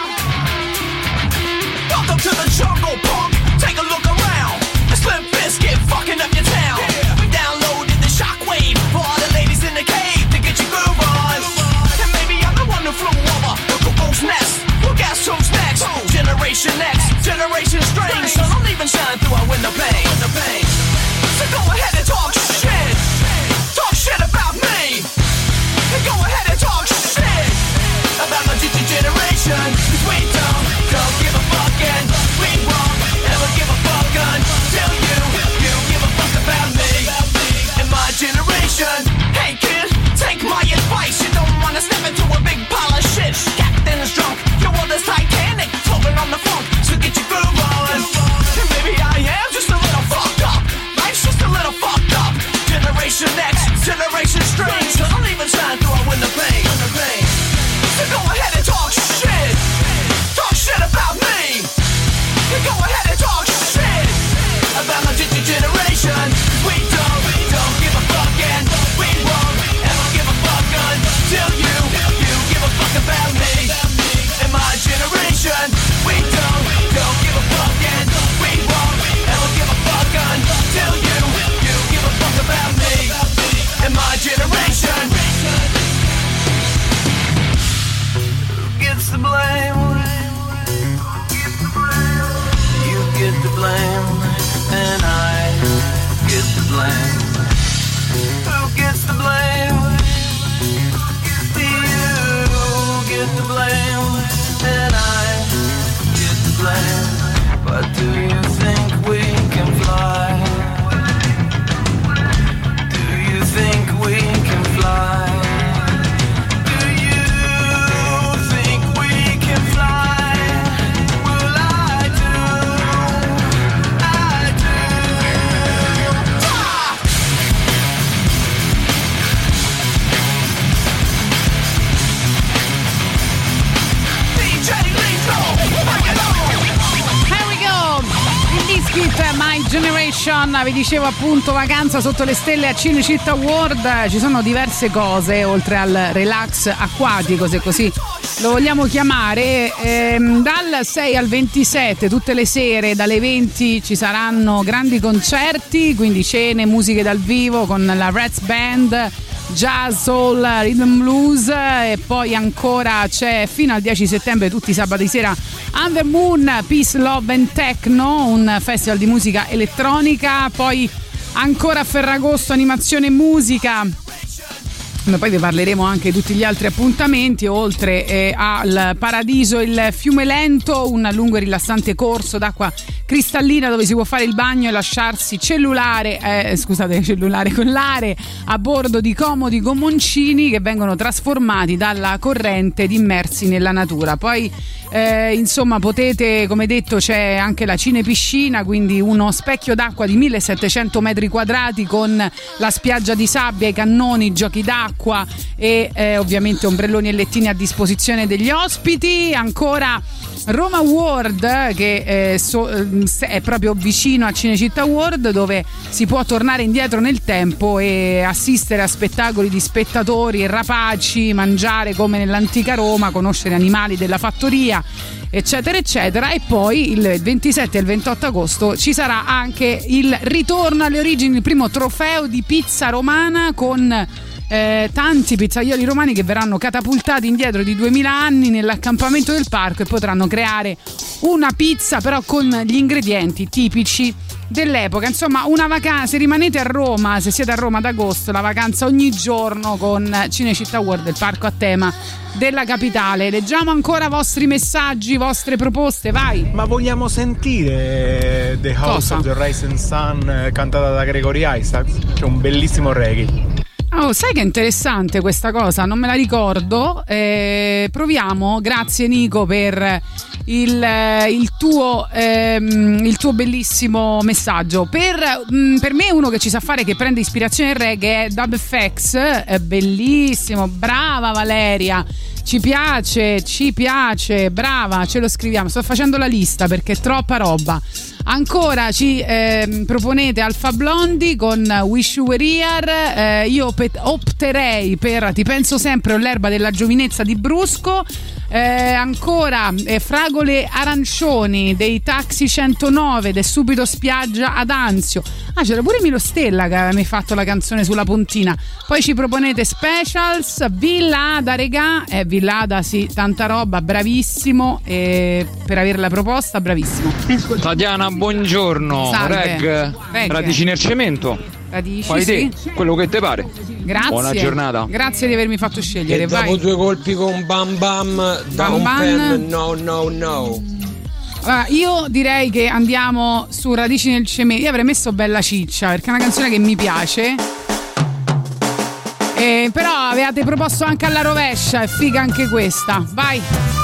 Welcome to the jungle, punk. Take a look around. The Slim Biscuit fucking up your town. Yeah. We downloaded the shockwave for all the ladies in the cave to get your groove on. And maybe I'm the one who flew over the cuckoo's nest. Well, guess who's next? Generation X, Generation Strange. So don't even shine through our window pane. So go ahead and talk shit. Talk shit about me. And go ahead and talk shit about my generation. 'Cause we don't give a fuck, and we won't ever give a fuck until you give a fuck about me and my generation. Hey kid, take my advice. You don't wanna step into a big pile of shit. Captain's drunk, your world is Titanic, floating on the funk, so get your groove on. And maybe I am just a little fucked up. Life's just a little fucked up. Generation X, Generation Strange. So don't even shine through our window pane. So go ahead and talk shit. Talk shit about me. And go ahead and talk shit about my generation. We don't give a fuck, and we won't ever give a fuck until you give a fuck about me and my generation. We don't give a fuck, and we won't ever give a fuck until you give a fuck about me and my generation. Gets the blame. You get the blame, and I get the blame. Who gets the blame? You get the blame, and I get the blame. But do you think we can fly? Do you think we can fly? My Generation, vi dicevo appunto, vacanza sotto le stelle a Cinecittà World. Ci sono diverse cose oltre al relax acquatico, se così lo vogliamo chiamare. Dal 6 al 27 tutte le sere dalle 20 ci saranno grandi concerti, quindi cene, musiche dal vivo con la Reds Band, jazz, soul, rhythm blues, e poi ancora c'è fino al 10 settembre tutti i sabati sera Under Moon, Peace, Love and Techno, un festival di musica elettronica. Poi ancora a Ferragosto animazione e musica. Poi vi parleremo anche di tutti gli altri appuntamenti, oltre al Paradiso, il Fiume Lento, un lungo e rilassante corso d'acqua cristallina dove si può fare il bagno e lasciarsi cellulare con l'aria a bordo di comodi gommoncini che vengono trasformati dalla corrente ed immersi nella natura. Poi insomma potete, come detto, c'è anche la cinepiscina, quindi uno specchio d'acqua di 1700 metri quadrati con la spiaggia di sabbia, i cannoni, giochi d'acqua e ovviamente ombrelloni e lettini a disposizione degli ospiti. Ancora Roma World, che è proprio vicino a Cinecittà World, dove si può tornare indietro nel tempo e assistere a spettacoli di spettatori e rapaci, mangiare come nell'antica Roma, conoscere animali della fattoria, eccetera eccetera. E poi il 27 e il 28 agosto ci sarà anche il ritorno alle origini, il primo trofeo di pizza romana con tanti pizzaioli romani che verranno catapultati indietro di 2000 anni nell'accampamento del parco e potranno creare una pizza però con gli ingredienti tipici dell'epoca. Insomma, una vacanza, se rimanete a Roma, se siete a Roma ad agosto, la vacanza ogni giorno con Cinecittà World, il parco a tema della capitale. Leggiamo ancora vostri messaggi, vostre proposte, vai. Ma vogliamo sentire The House of the Rising Sun cantata da Gregory Isaacs? C'è un bellissimo reggae. Oh, sai che è interessante questa cosa, non me la ricordo. Proviamo, grazie Nico per il tuo bellissimo messaggio. Per me uno che ci sa fare, che prende ispirazione dal reggae, è Dub FX, è bellissimo, brava Valeria. Ci piace, brava, ce lo scriviamo. Sto facendo la lista perché è troppa roba. Ancora ci proponete Alpha Blondy con Wish You Were Here. Io opterei per Ti penso sempre o L'erba della giovinezza di Brusco. Ancora Fragole arancioni dei Taxi 109 del Subito Spiaggia ad Anzio. C'era pure Milo Stella che aveva fatto la canzone sulla Pontina. Poi ci proponete Specials, Villa Ada, regà, Villa Ada, sì, tanta roba, bravissimo, per averla proposta, bravissimo. Tatiana, buongiorno. Salve. Reg, radici nel cemento. Radici, fai sì. te quello che ti pare. Grazie. Buona giornata. Grazie di avermi fatto scegliere. E dopo due colpi con Bam Bam da un pen, no. Allora, io direi che andiamo su Radici nel cemento. Io avrei messo Bella Ciccia perché è una canzone che mi piace. Però avevate proposto anche alla rovescia, è figa anche questa. Vai.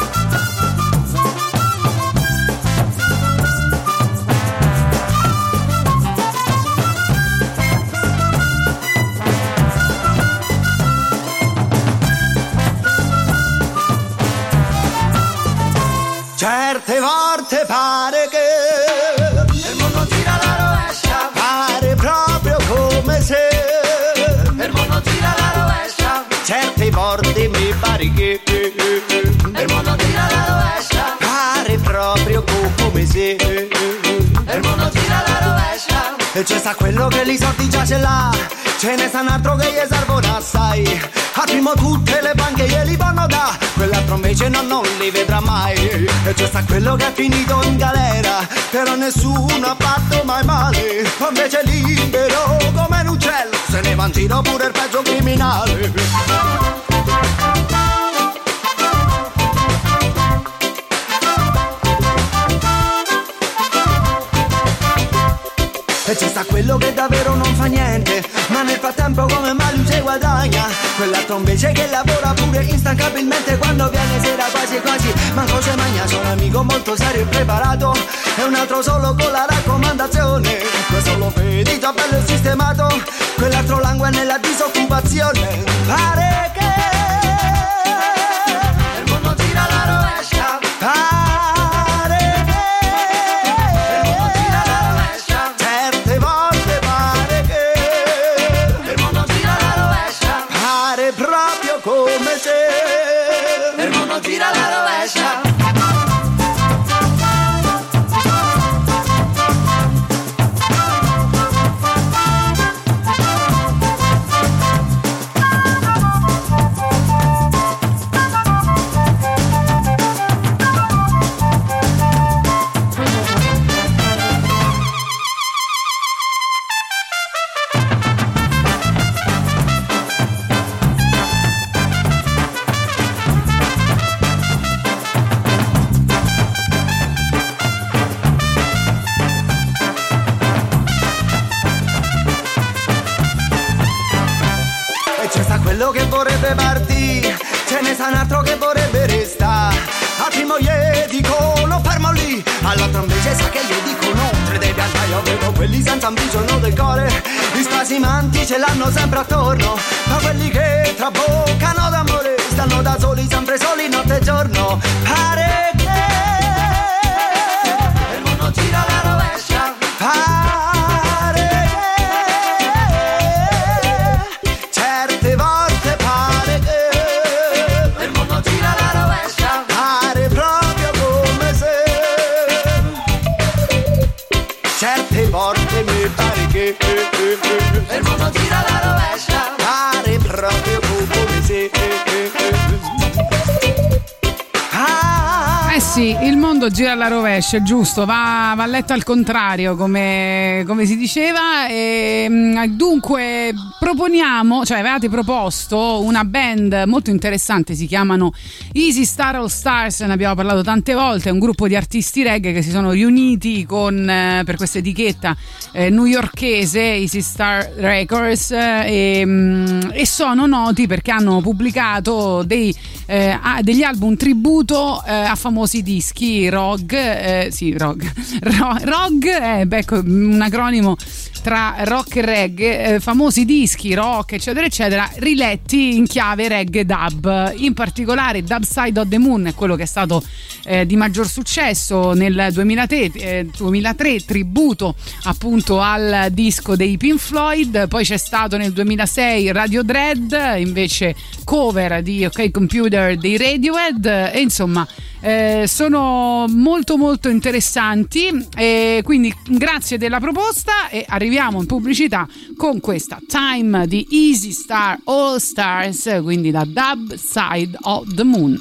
Certe volte pare che il mondo gira alla rovescia, pare proprio come se il mondo gira alla rovescia. Certe volte mi pare che il mondo gira alla rovescia, pare proprio come se il mondo gira alla rovescia. E c'è sta quello che li soldi già ce l'ha, ce ne sta un altro che gli servono assai. Al primo tutte le banche glieli vanno da, quell'altro invece non li vedrà mai. E c'è sta quello che è finito in galera, però nessuno ha fatto mai male. Invece libero come un uccello, se ne va in giro pure il peggio criminale. E ci sta quello che davvero non fa niente, ma nel frattempo come mai lui si guadagna. Quell'altro invece che lavora pure instancabilmente, quando viene sera quasi quasi manco se magna. Sono un amico molto serio e preparato, e un altro solo con la raccomandazione. Questo lo vedi già bello e sistemato, quell'altro langue nella disoccupazione. Pare che il mondo gira alla rovescia, come se il mondo gira alla rovescia. Quello che vorrebbe partire, ce ne sta un altro che vorrebbe restare. Al primo dicono fermo lì, all'altro invece sa che gli dicono tre devi andare. Io vedo quelli senza ambizione del cuore, gli spasimanti ce l'hanno sempre attorno, ma quelli che traboccano d'amore stanno da soli, sempre soli notte e giorno. Pare che il mondo gira alla rovescia, pare che certe volte pare che il mondo gira alla rovescia, pare proprio come se certe volte mi pare che il mondo gira alla rovescia, pare proprio come se sì, il mondo gira alla rovescia, giusto, va letto al contrario, come si diceva. E dunque proponiamo, cioè avevate proposto una band molto interessante, si chiamano Easy Star All Stars, ne abbiamo parlato tante volte, è un gruppo di artisti reggae che si sono riuniti per questa etichetta newyorkese, Easy Star Records, e sono noti perché hanno pubblicato degli album tributo a famosi dischi ROG, un acronimo tra rock e reggae, famosi dischi rock eccetera eccetera, riletti in chiave reggae dub. In particolare Dub Side of the Moon è quello che è stato di maggior successo nel 2003, tributo appunto al disco dei Pink Floyd. Poi c'è stato nel 2006 Radio Dread, invece cover di OK Computer dei Radiohead, e insomma sono molto molto interessanti, quindi grazie della proposta, e arriviamo in pubblicità con questa Time di Easy Star All Stars, quindi da Dub Side of the Moon.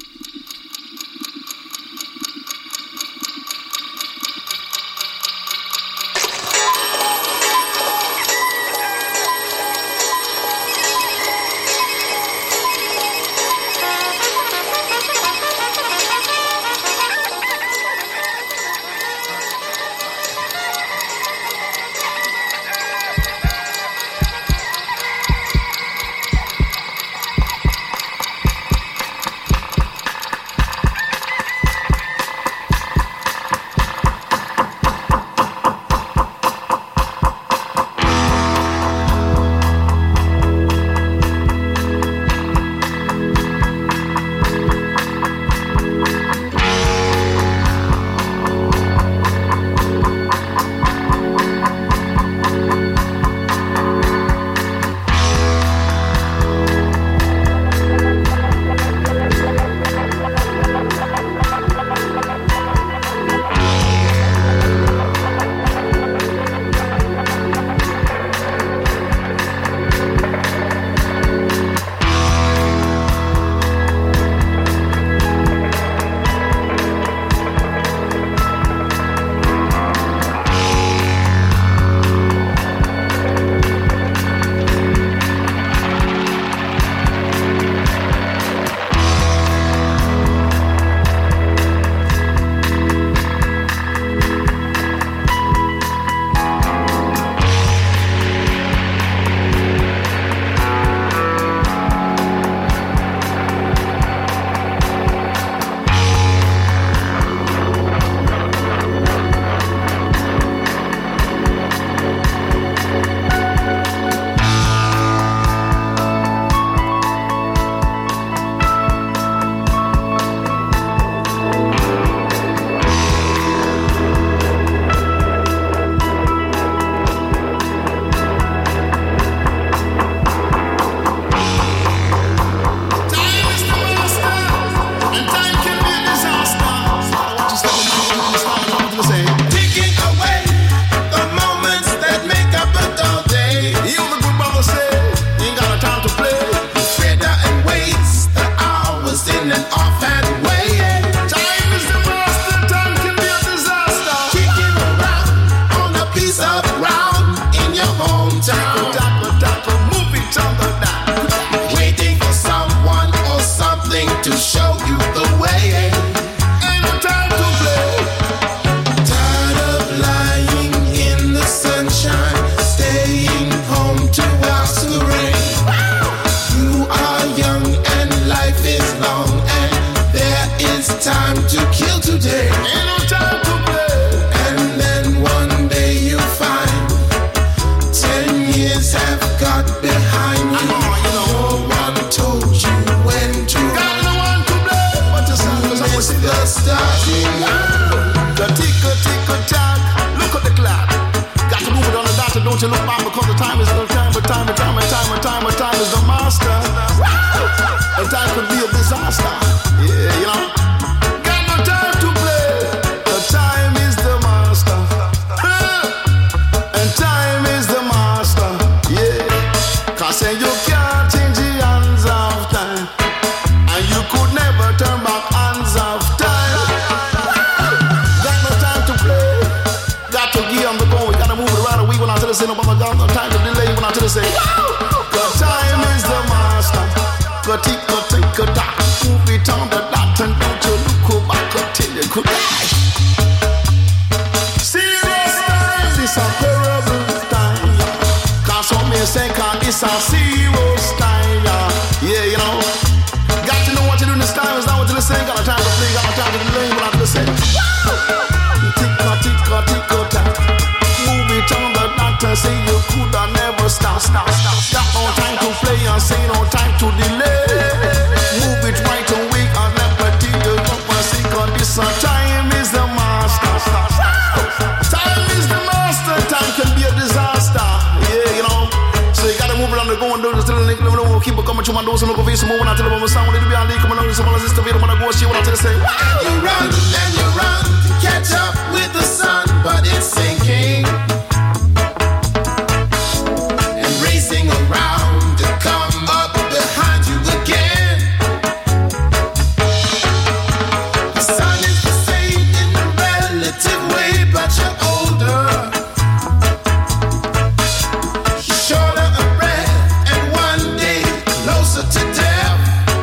say no bother, got no time to delay when I tell you say, cause time is the master. Go tick, tock, move it on the dot and don't you look back until you could die. Serious time, this a terrible time. Cause some may say, cause this a serious time. Yeah, you know. Got to know what you do in this time, is not what you're saying. Got no time to play, got no time to delay when I tell you say, tick, tock. Move it on the dot and say you could have never stop. Got no time to play and say no time to delay. Move it right away and let me till you up and see, cause this time is the master. Time is the master, time can be a disaster. Yeah, you know. So you gotta move it on the go and do this till the link, never know, keep it coming to my nose and look over face and move when I tell them I'm a sound, when it be on leak, come on, some of the system, when I go shit, when I tell you say, you run and you run to catch up with the sun, but it's sinking. Racing around to come up behind you again. The sun is the same in a relative way, but you're older. You're shorter of breath and one day closer to death.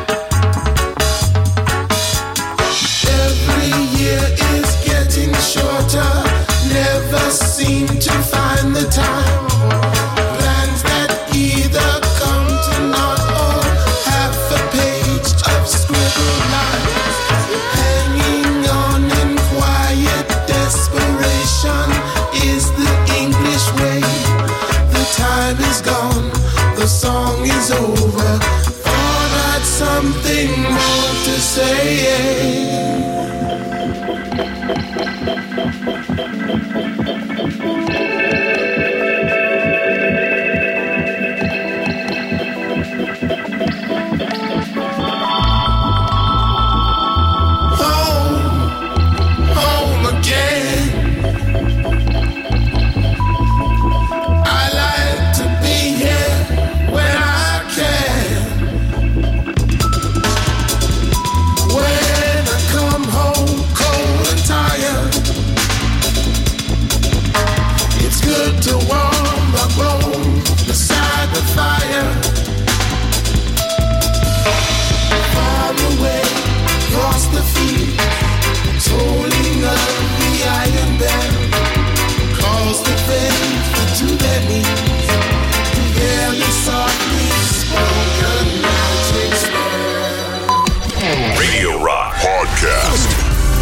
Every year is getting shorter. Never seem to find the time. Either come to naught or half a page of scribbled lines, hanging on in quiet desperation is the English way. The time is gone, the song is over. Thought I'd something more to say. To warm my bones beside the fire. Far away, across the field, tolling of the iron bell, calls the faithful to their knees, to hear the softly spoken magic spell. Radio Rock Podcast.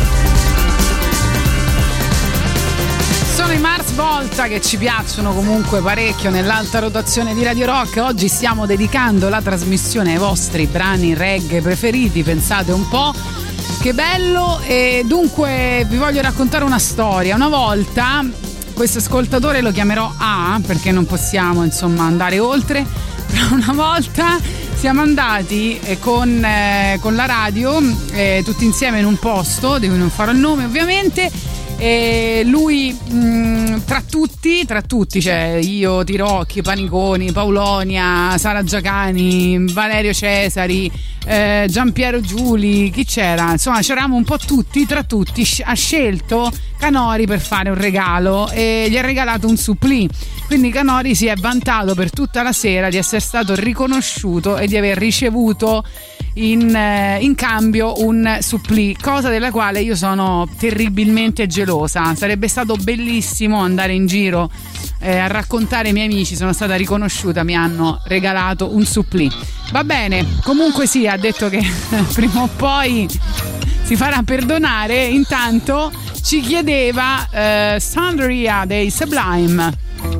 Sono i Mars Volta che ci piacciono comunque parecchio nell'alta rotazione di Radio Rock. Oggi stiamo dedicando la trasmissione ai vostri brani reggae preferiti, pensate un po', che bello. E dunque vi voglio raccontare una storia. Una volta, questo ascoltatore lo chiamerò A perché non possiamo insomma andare oltre, però una volta siamo andati con la radio tutti insieme in un posto di cui non farò il nome ovviamente. E lui tra tutti, cioè io, Tirocchi, Paniconi, Paulonia, Sara Giacani, Valerio Cesari, Giampiero Giuli, chi c'era? Insomma c'eravamo un po' tutti, tra tutti ha scelto Canori per fare un regalo e gli ha regalato un supplì. Quindi Canori si è vantato per tutta la sera di essere stato riconosciuto e di aver ricevuto in cambio un supplì, cosa della quale io sono terribilmente gelosa. Sarebbe stato bellissimo andare in giro a raccontare ai miei amici: sono stata riconosciuta, mi hanno regalato un supplì. Va bene, comunque sì, ha detto che prima o poi si farà perdonare. Intanto ci chiedeva Sandria dei Sublime.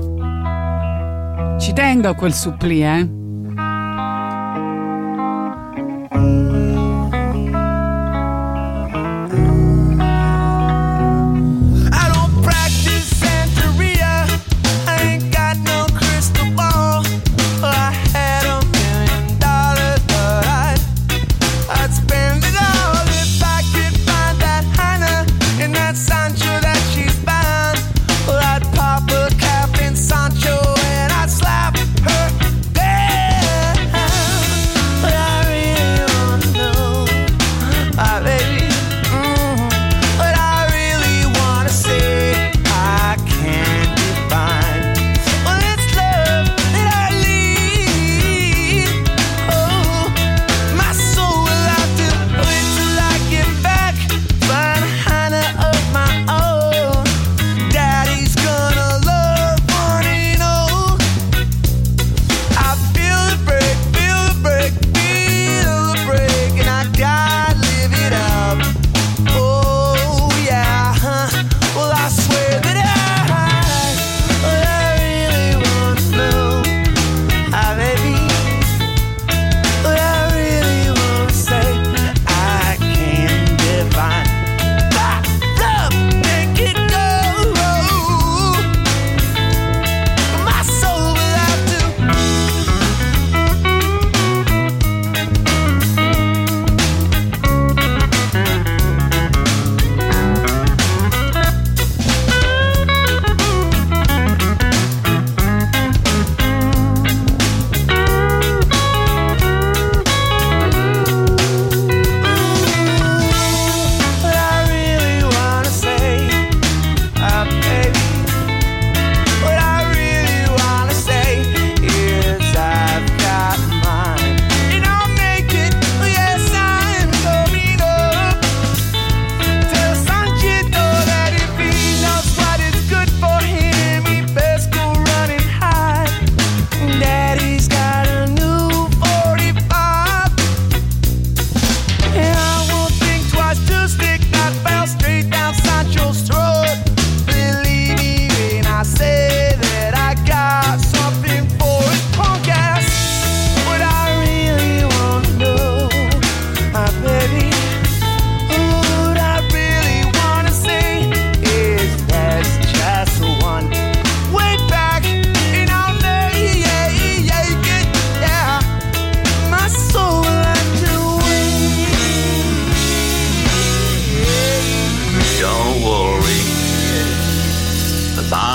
Ci tengo a quel supplì, Sancho and I'd slap her.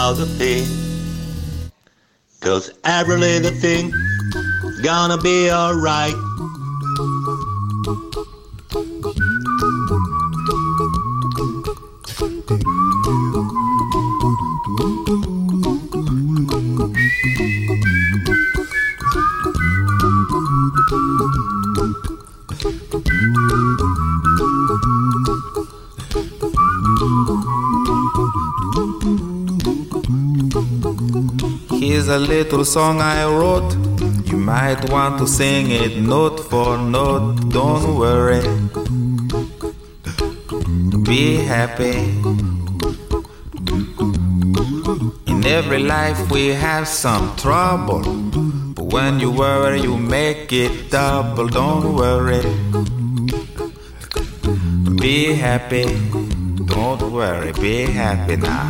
about a thing. 'Cause every little thing gonna be alright. Here's a little song I wrote. You might want to sing it note for note. Don't worry, be happy. In every life we have some trouble, but when you worry you make it double. Don't worry, be happy. Don't worry, be happy now.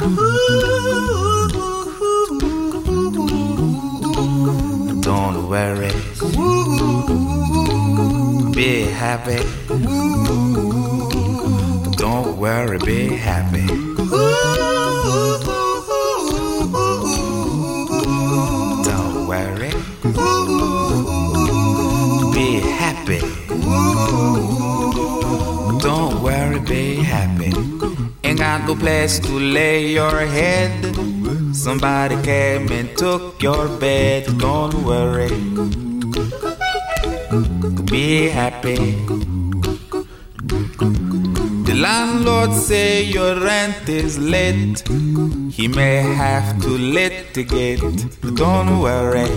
Don't worry, be happy. Don't worry, be happy. Don't worry, be happy. Don't worry, be happy. Ain't got no place to lay your head. Somebody came and took your bed. Don't worry, be happy. The landlord say your rent is late. He may have to litigate. Don't worry,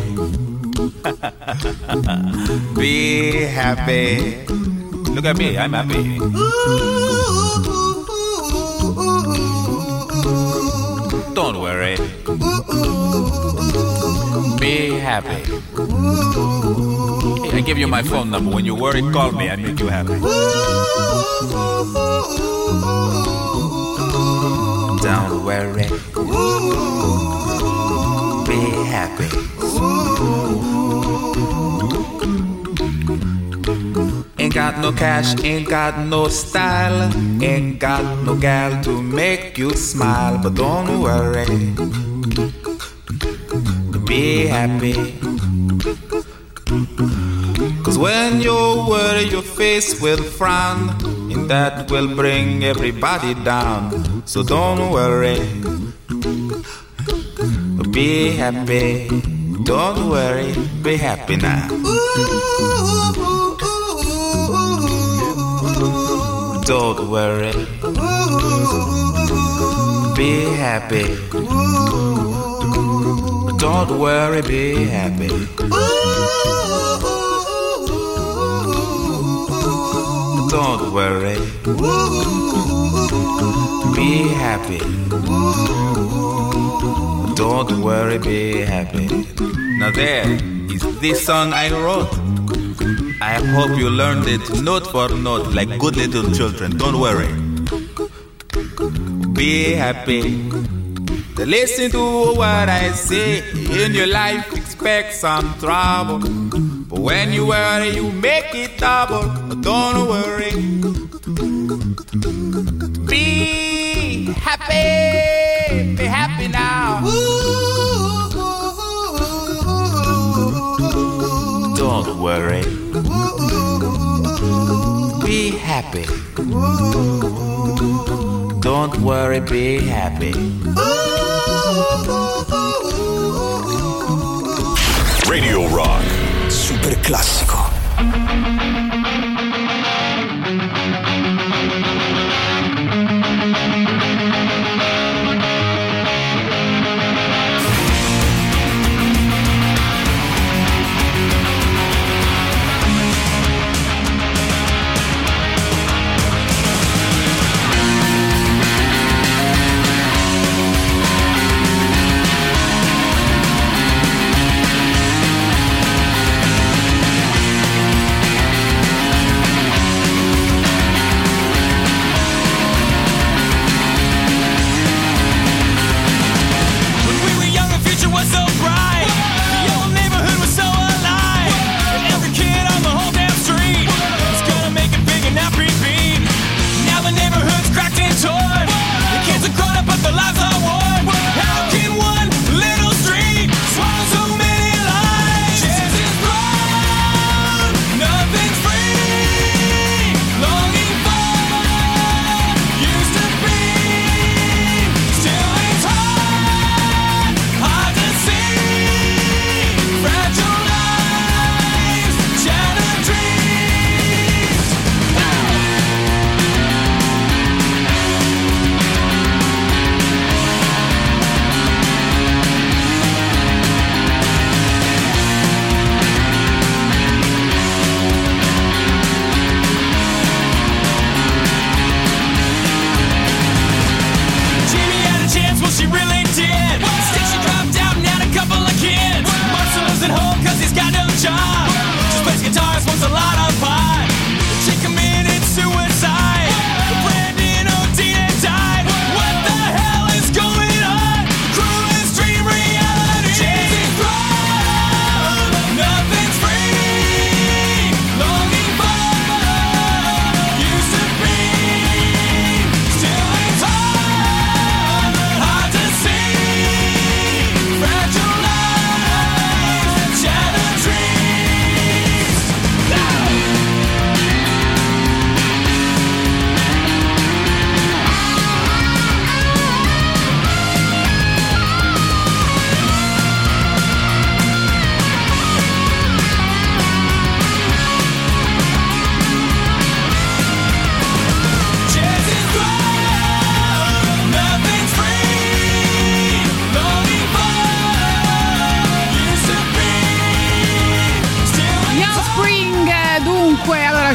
be happy. Look at me, I'm happy. Don't worry, be happy. I give you my phone number. When you worry, call me. I make you happy. Don't worry, be happy. Ain't got no cash, ain't got no style, ain't got no gal to make you smile. But don't worry, be happy. 'Cause when you worry your face will frown, and that will bring everybody down. So don't worry, be happy. Don't worry, be happy now. Don't worry, be happy. Don't worry, be happy. Don't worry, be happy. Don't worry, be happy. Now there is this song I wrote. I hope you learned it note for note like good little children. Don't worry, be happy. Listen to what I say. In your life expect some trouble, but when you worry you make it double. Don't worry, be happy. Be happy now. Don't worry, be happy. Don't worry, be happy. Radio Rock. Super classico.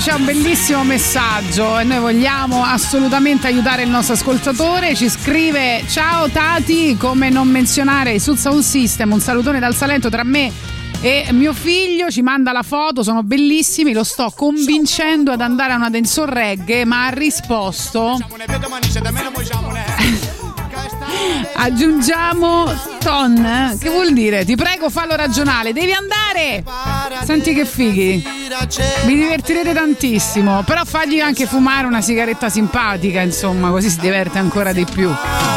c'è un bellissimo messaggio e noi vogliamo assolutamente aiutare il nostro ascoltatore. Ci scrive: ciao Tati, come non menzionare i Sud Sound System, un salutone dal Salento tra me e mio figlio, ci manda la foto, sono bellissimi, lo sto convincendo ad andare a una dancehall reggae, ma ha risposto aggiungiamo ton, che vuol dire ti prego fallo ragionare, devi andare. Senti che fighi, vi divertirete tantissimo, però fagli anche fumare una sigaretta simpatica, insomma, così si diverte ancora di più.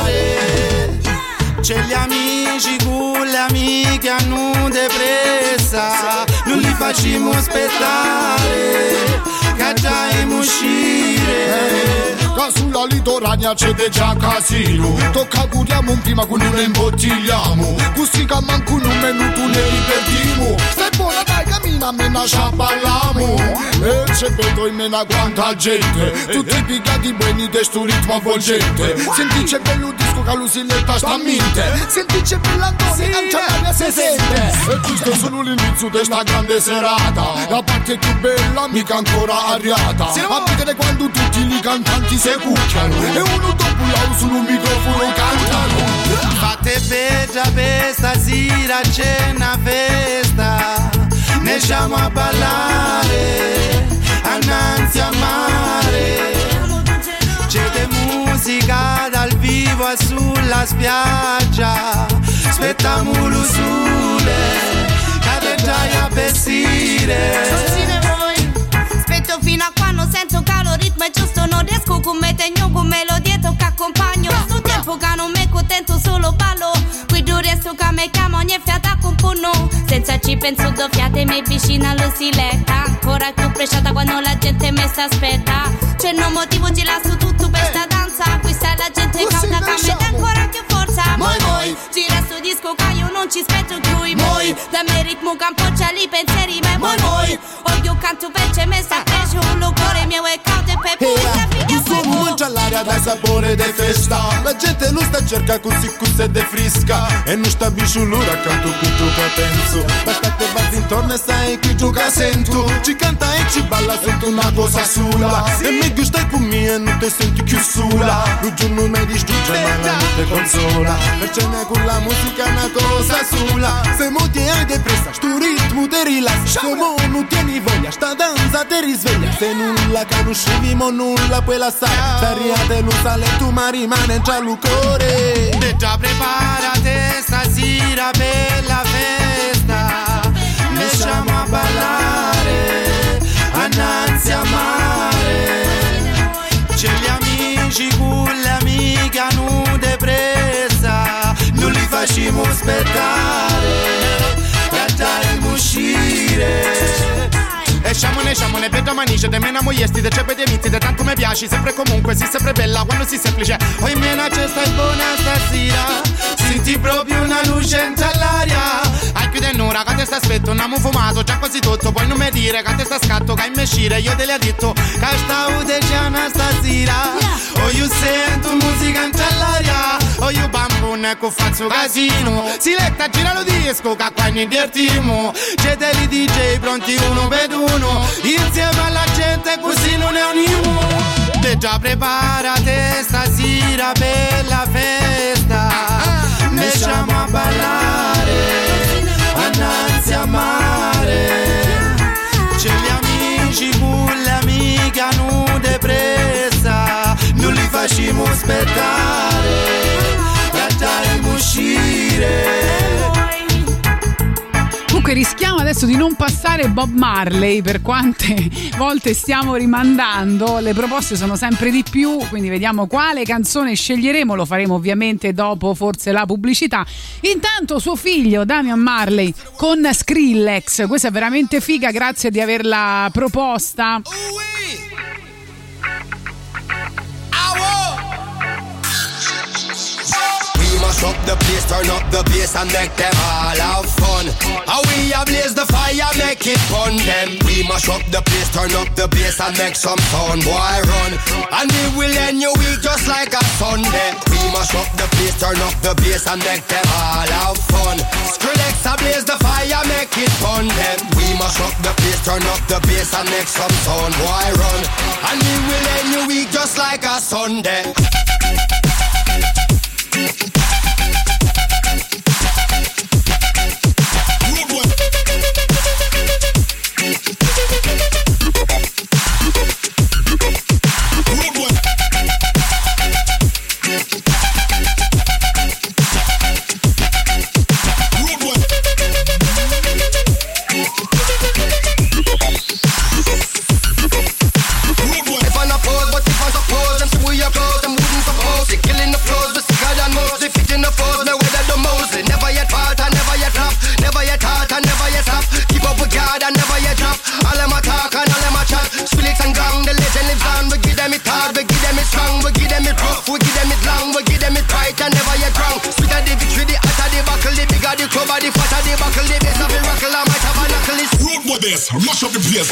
C'è gli amici con le amiche hanno depressa, non li facciamo aspettare, che già uscire. Che sulla litorania c'è già casino, tocca curiamo un prima con noi imbottigliamo, così che manco un minuto ne riperdiamo. Stai buona dai, cammina, me ne ci balliamo. E c'è vedo in mena quanta gente, tutti pigliati buoni di sto ritmo avvolgente. Senti c'è bello disco che l'usilletta sta a mente, senti c'è bell'Antoni, Angiana si sente. E questo è solo l'inizio di sta grande serata, la parte più bella mica ancora arriata. A vedere quando tutti i cantanti si cucchiano e uno dopo l'altro sul microfono cantano. Fate bella per stasera, c'è una festa, ne siamo a ballare annanzi a mare. C'è de musica dal vivo sulla spiaggia, aspettiamo lo sole che già a vestire. Aspetto fino a quando sento che lo ritmo è giusto, non riesco come tegno con melodie che accompagno. Sto tempo che non mi contento solo ballo, qui due resto che mi chiamo ogni fiata componno. Senza ci penso due fiate mi vicino allo siletta, ancora più preciata quando la gente mi sta aspetta. C'è un motivo ci lascio tutto per sta danza, questa è la gente canta che mi dà ancora più forza. Moi, ci resto disco che io non ci aspetto più i moi, da me ritmo campoccia li pensieri me moi. Odio canto perché mi sta preso un locore mio e caute per pure il fumo mangia l'aria da sapore de festa, la gente lo sta cerca così così de frisca e non sta biciulura accanto qui tu che penso. Basta te batti intorno e sai chi gioca sento, ci canta e ci balla sento una cosa sola, e meglio stai con me e non ti senti più sola. Lo giorno mi distrugge ma la notte consola, perché con la musica è una cosa sola. Se mo ti hai depressa sto ritmo ti rilassa, se mo non tieni voglia sta danza ti risveglia. Se nulla conoscevi mo nulla puoi lasciare, Sariate lo sale tu ma rimane già l'ucore. E già preparate stasera per la festa, ne siamo a ballare annanzi a mare. C'è gli amici con le amiche hanno depressa, non li facciamo aspettare, per dare uscire. E sciamo ne vedo manice, de mena moiesti, de ceppi de miti, de tanto mi piaci, sempre comunque, si sempre bella quando si semplice. Oi mena c'è stai buona stasera, senti proprio una luce in l'aria. Hai più d'un'ora che te sta aspetto, non abbiamo fumato, già quasi tutto, puoi non mi dire che te sta scatto, che hai mescire, io te le ho detto, che stavo de giana stasera. O io sento musica in l'aria, o io bambone che faccio casino, si letta gira lo disco, che qua ne divertimo, c'è dei DJ pronti uno per uno, insieme alla gente così non è ognuno. E già preparate stasera per la festa, ne siamo a ballare annanzi a mare. C'è gli amici con le amiche hanno depressa, non li facciamo aspettare, per dare uscire. Comunque rischiamo adesso di non passare Bob Marley, per quante volte stiamo rimandando, le proposte sono sempre di più, quindi vediamo quale canzone sceglieremo, lo faremo ovviamente dopo forse la pubblicità. Intanto suo figlio Damian Marley con Skrillex, questa è veramente figa, grazie di averla proposta. mash up the place, turn up the bass and make them all have fun. How we ablaze the fire, make it fun them. We mash up the place, turn up the bass and make some sound, boy run. And we will end your week just like a Sunday. We mash up the place, turn up the bass and make them all have fun. Skrillex ablaze the fire, make it fun them. We mash up the place, turn up the bass and make some sound, boy run. And we will end your week just like a Sunday. Mash up the place.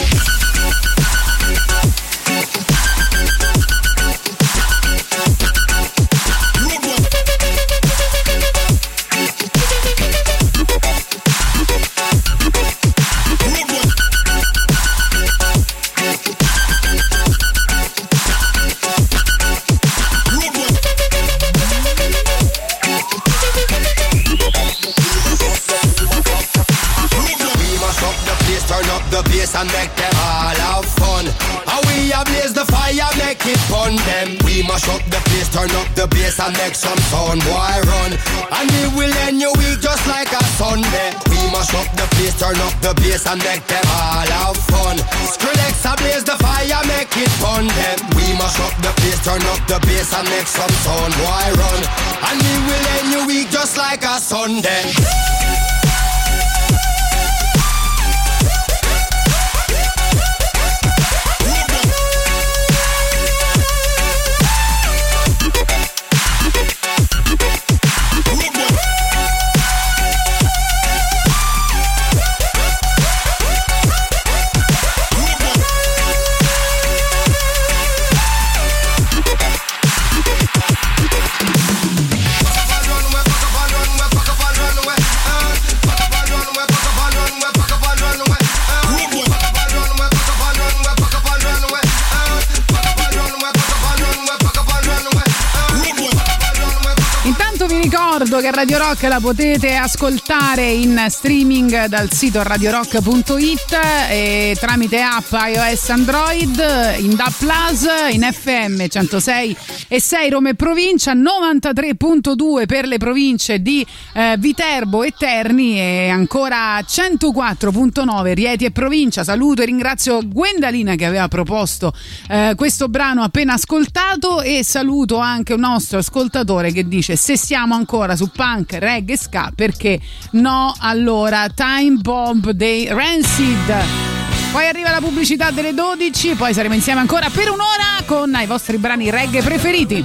And make them all have fun. How we ablaze the fire, make it fun them. We mash up the place, turn up the bass and make some sound, boy run. And we will end your week just like a Sunday. We mash up the place, turn up the bass and make them all have fun. Skrillex ablaze the fire, make it fun them. We mash up the place, turn up the bass and make some sound, boy run. And we will end your week just like a Sunday. Ricordo che Radio Rock la potete ascoltare in streaming dal sito radiorock.it e tramite app iOS Android, in DAB+, in FM 106.6 Roma e provincia, 93.2 per le province di Viterbo e Terni e ancora 104.9 Rieti e provincia. Saluto e ringrazio Gwendalina che aveva proposto questo brano appena ascoltato e saluto anche un nostro ascoltatore che dice: se siamo ancora su punk, reggae e ska, perché no? Allora, Time Bomb dei Rancid. Poi arriva la pubblicità delle 12, poi saremo insieme ancora per un'ora con i vostri brani reggae preferiti.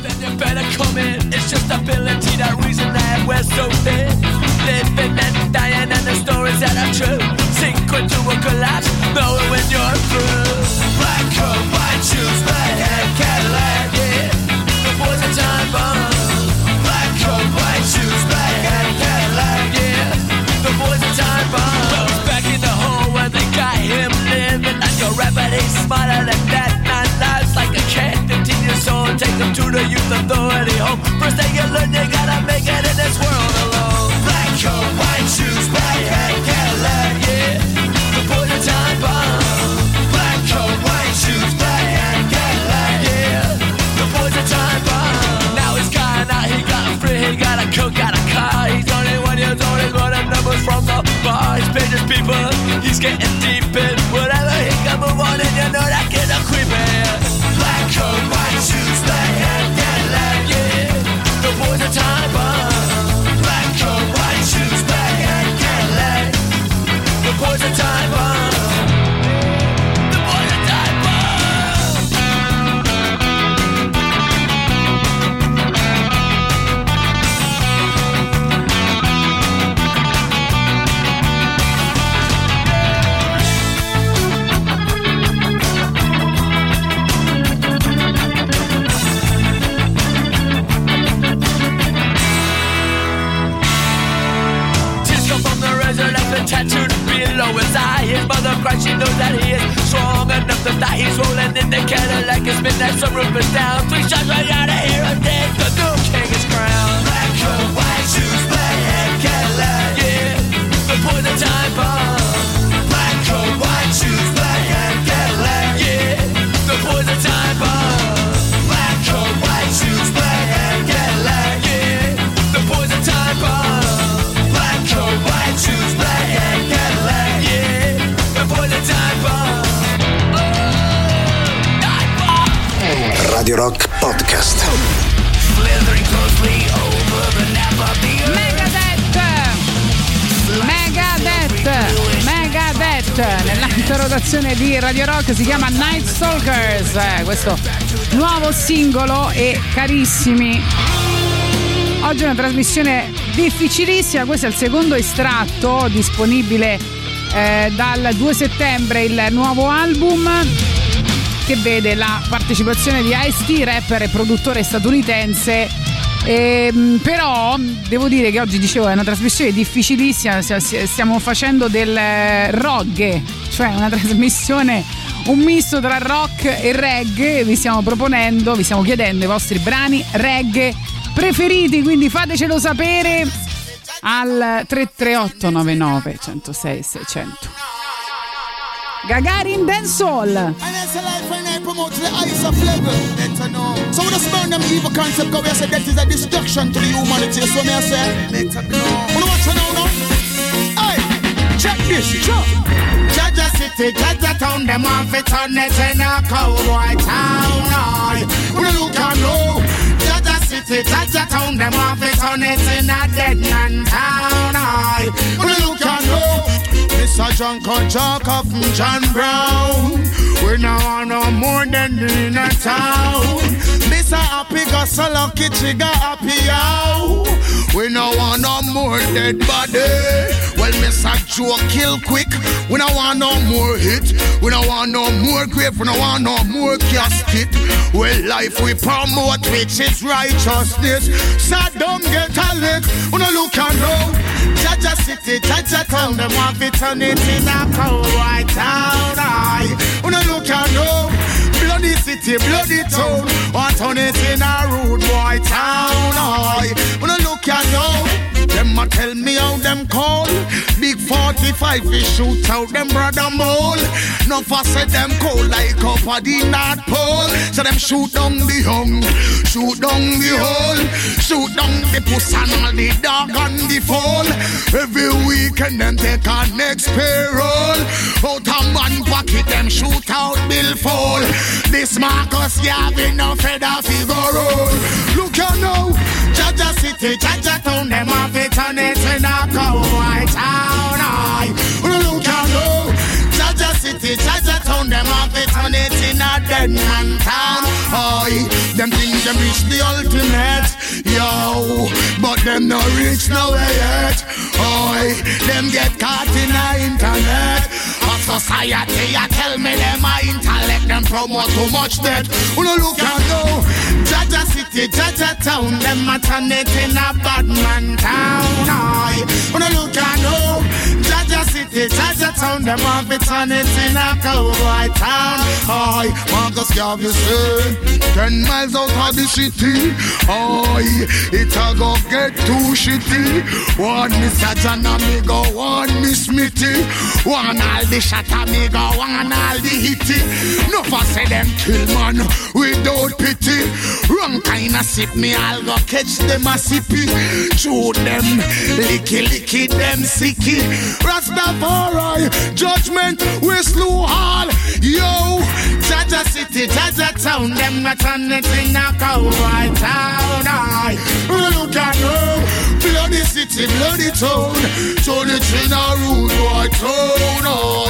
Shoes, black and Cadillac, yeah. The boys are time bomb. Well, it's back in the hole where they got him living. And your rapper, they smarter than that. 9 lives like a cat, 15 years old. Take them to the youth authority home. First thing you learn, you gotta make it in this world alone. Black coat, white shoes, black and Cadillac, yeah. The boys are time bomb. Black coat, white shoes, black and Cadillac, yeah. The boys are time bomb. Now he's gone out, he got free, he got a coat, got a car. He's 21 years old, he's got them numbers from the bar. He's paid his people, he's getting deep in whatever he can move on, and you know that kid a creepin'. Black coat, white shoes, black and Cadillac, yeah. The boys are time bomb. Black coat, white shoes, black and Cadillac. The boys are time bomb. The boys are time bomb. stature to be low as I. His mother cries, she knows that he is strong enough to die. He's rolling in the Cadillac, his midnight sunroof is down. 3 shots right out of here and dead, the new king is crowned. Black coat, white shoes, black hat, Cadillac, yeah, the poison time bomb. Black coat, white shoes, black hat, Cadillac, yeah, the poison time bomb. Black coat, white shoes, black hat, Cadillac, yeah, the poison time bomb. Black coat, white shoes, black hat, Cadillac, yeah, the poison time bomb. Radio Rock Podcast. Slithering closely over the nap of the Megadeth nell'alta rotazione di Radio Rock si chiama Night Stalkers, questo nuovo singolo. E carissimi, oggi è una trasmissione difficilissima. Questo è il secondo estratto disponibile dal 2 settembre, il nuovo album che vede la partecipazione di Ice-T, rapper e produttore statunitense. Però devo dire che oggi, dicevo, è una trasmissione difficilissima. Stiamo facendo del reggae, cioè una trasmissione, un misto tra rock e reggae. Vi stiamo proponendo, vi stiamo chiedendo i vostri brani reggae preferiti, quindi fatecelo sapere al 338 99 106 600. Gagarin Dancehall. And that's a life when I promote to the highest of level. Better know. So when I burn them evil concept, go, I say that is a destruction to the humanity. So me I say, better know. Wanna watch it now? Hey, check this. Sure. Jaja City, Jaja Town, them off it on it in a cowboy town. I wanna look and know. Jaja City, Jaja Town, them off it on it in a dead man town. I wanna look and know. Mr. John Jacob from John Brown. We now want no more than in a town. Mr. Happy got so lucky, she got happy out. We now want no more dead body. Well, Mr. Joe kill quick. We don't want no more hit. We don't want no more grave. We don't want no more casket. Well, life we promote, which is righteousness. So don't get a lick. We don't look and know. Jaja City, Jaja Town, them want to turn it in a cowboy town. I wanna look and know. Bloody city, bloody town, want turn it in a rude boy town. I wanna look and know. Them a tell me how them call. Big 45 we shoot out them brother mole. No fuss say them cold like up at the North Pole. So them shoot down the young, shoot down the hole, shoot down the puss and all the dog and the foal. Every weekend them take a next payroll. Out a man pocket them shoot out bill fall. This Marcus Garvey no feather figure roll. Look you now, Jaja City, Jaja Town, them have it on it in a cowboy town. I look you now, Jaja City, Jaja Town, them have it on it in a dead man town. I them think them reach the ultimate, yo, but them no reach nowhere yet. I them get caught in the internet. A society a tell me them a intellect, them promote too much debt. Look and go, Jaja City, Jaja Town, them a turn it in a bad man town. I look and go, Jaja City, Jaja Town, them a turn it in a cowboy town. I Marcus Garvey say 10 miles out of the city. I it a go get too shitty. One Mr. John me go, one Miss Smithy. One all the shot me go, one all the hitty. No for say them kill man without pity. Wrong kind of sip me, I'll go catch them a sippy. Shoot them, licky them sicky. Rastafari, judgment we slew all. Yo, Jaja City, Jaja Town, them not on it in a cowboy town. I look at you, bloody city, bloody town, turn it in a rude boy town.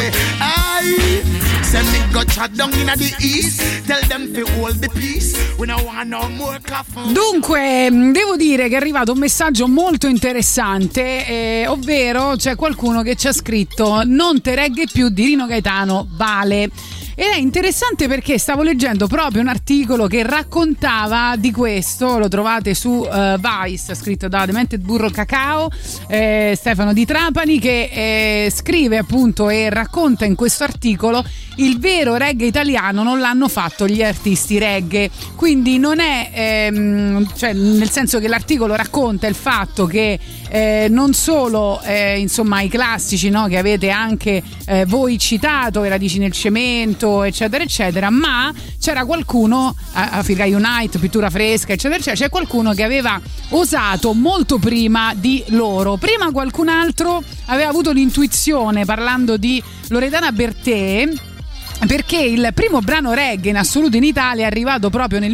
I send me go chat down in the east, tell them to hold the peace. We don't want no more coffin. Dunque, devo dire che è arrivato un messaggio molto interessante, ovvero c'è qualcuno che ci ha scritto: non te reggae più di Rino Gaetano, vale. ed è interessante perché stavo leggendo proprio un articolo che raccontava di questo, lo trovate su Vice, scritto da Demented Burro Cacao, Stefano Di Trapani, che scrive appunto e racconta in questo articolo: il vero reggae italiano non l'hanno fatto gli artisti reggae, quindi non è cioè, nel senso che l'articolo racconta il fatto che non solo insomma i classici, no, che avete anche voi citato, le radici nel cemento eccetera eccetera, ma c'era qualcuno, Africa Unite, Pittura Fresca eccetera eccetera, c'è qualcuno che aveva osato molto prima di loro. Prima qualcun altro aveva avuto l'intuizione, parlando di Loredana Bertè, perché il primo brano reggae in assoluto in Italia è arrivato proprio nel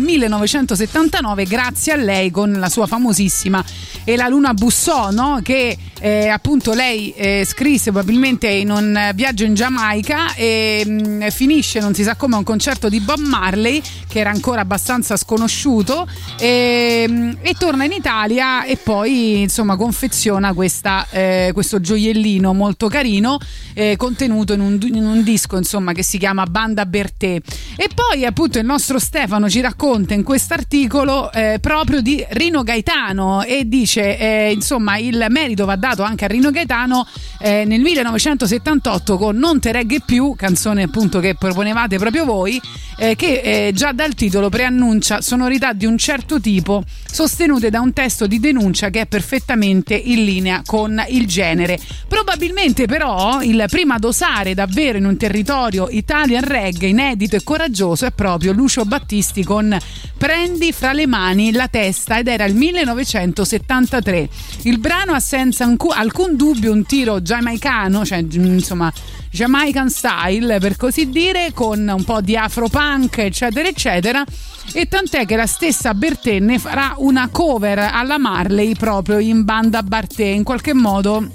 1979 grazie a lei, con la sua famosissima E la luna bussò, no? Che appunto lei scrisse probabilmente in un viaggio in Giamaica e finisce, non si sa come, un concerto di Bob Marley che era ancora abbastanza sconosciuto, e torna in Italia e poi insomma confeziona questo gioiellino molto carino contenuto in un disco insomma che si chiama Banda Bertè. E poi appunto il nostro Stefano ci racconta in quest'articolo proprio di Rino Gaetano e dice insomma il merito va dato anche a Rino Gaetano nel 1978 con Non te reggae più, canzone appunto che proponevate proprio voi, che già dal titolo preannuncia sonorità di un certo tipo sostenute da un testo di denuncia che è perfettamente in linea con il genere. Probabilmente però il primo ad osare davvero in un territorio Italian reggae inedito e coraggioso è proprio Lucio Battisti con Prendi fra le mani la testa, ed era il 1973. Il brano ha senza alcun dubbio un tiro giamaicano, cioè insomma Jamaican style per così dire, con un po' di afropunk eccetera eccetera, e tant'è che la stessa Bertè ne farà una cover alla Marley proprio in Banda Bertè, in qualche modo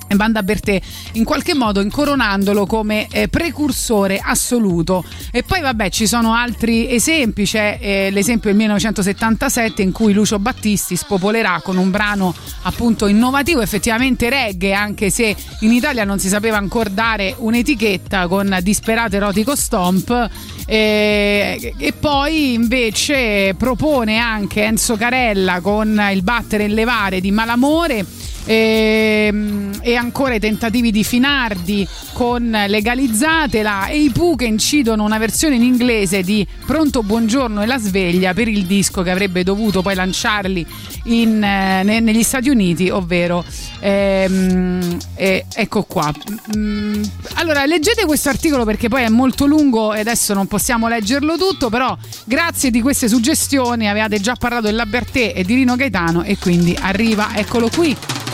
incoronandolo come precursore assoluto. E poi vabbè ci sono altri esempi, c'è l'esempio del 1977 in cui Lucio Battisti spopolerà con un brano appunto innovativo, effettivamente reggae, anche se in Italia non si sapeva ancora dare un'etichetta, con Disperato Erotico Stomp, e poi invece propone anche Enzo Carella con Il battere e levare di Malamore, e ancora i tentativi di Finardi con Legalizzatela, e i Pooh che incidono una versione in inglese di Pronto buongiorno e la sveglia per il disco che avrebbe dovuto poi lanciarli negli Stati Uniti, ovvero ecco qua. Allora leggete questo articolo perché poi è molto lungo e adesso non possiamo leggerlo tutto, però grazie di queste suggestioni, avevate già parlato della Bertè e di Rino Gaetano e quindi arriva, eccolo qui.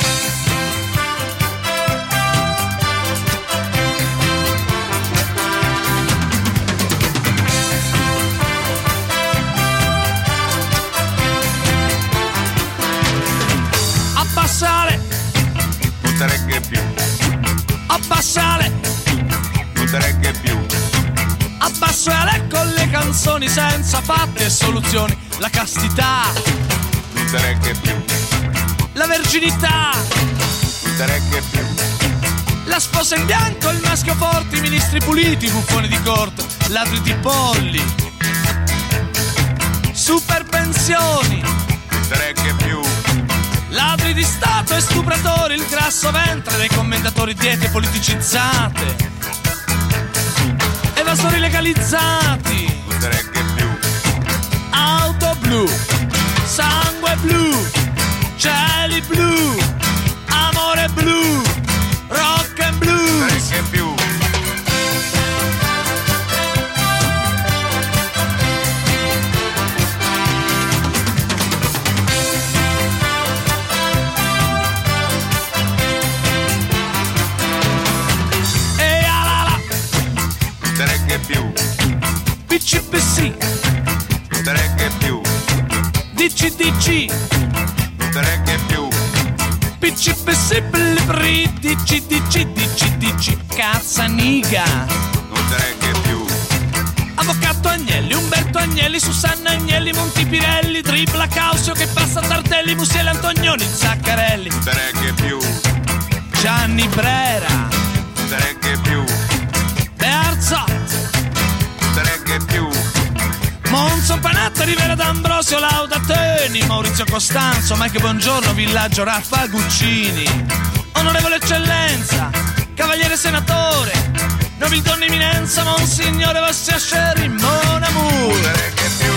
Abbassare, non te regge più, abbassare, non te regge più, abbassare con le canzoni senza fatti e soluzioni, la castità, non te regge più, la verginità, non te regge più, la sposa in bianco, il maschio forte, i ministri puliti, i buffoni di corte, ladri di polli, super pensioni, non te regge più, ladri di Stato e stupratori, il grasso ventre dei commentatori, diete politicizzate, evasori legalizzati, non te regge più, auto blu, sangue blu, cieli blu, amore blu, rock and blues, non te regge più. Più BCBC, non te regge più, DCDC, non te regge più, BCBC, DCDC, DCDC, Cazzaniga, non te regge più, Avvocato Agnelli, Umberto Agnelli, Susanna Agnelli, Montipirelli, Tripla Causio che passa Tartelli, Musiele Antonioni, Zaccarelli, non te regge più, Gianni Brera, non te regge più, Bearzot, Giuseppe Rivera D'Ambrosio Laudateni, Maurizio Costanzo, Mike Buongiorno, Villaggio Raffa Guccini. Onorevole Eccellenza, Cavaliere Senatore, Nobildonna Eminenza, Monsignore Vassia Sherry, Mon Amour.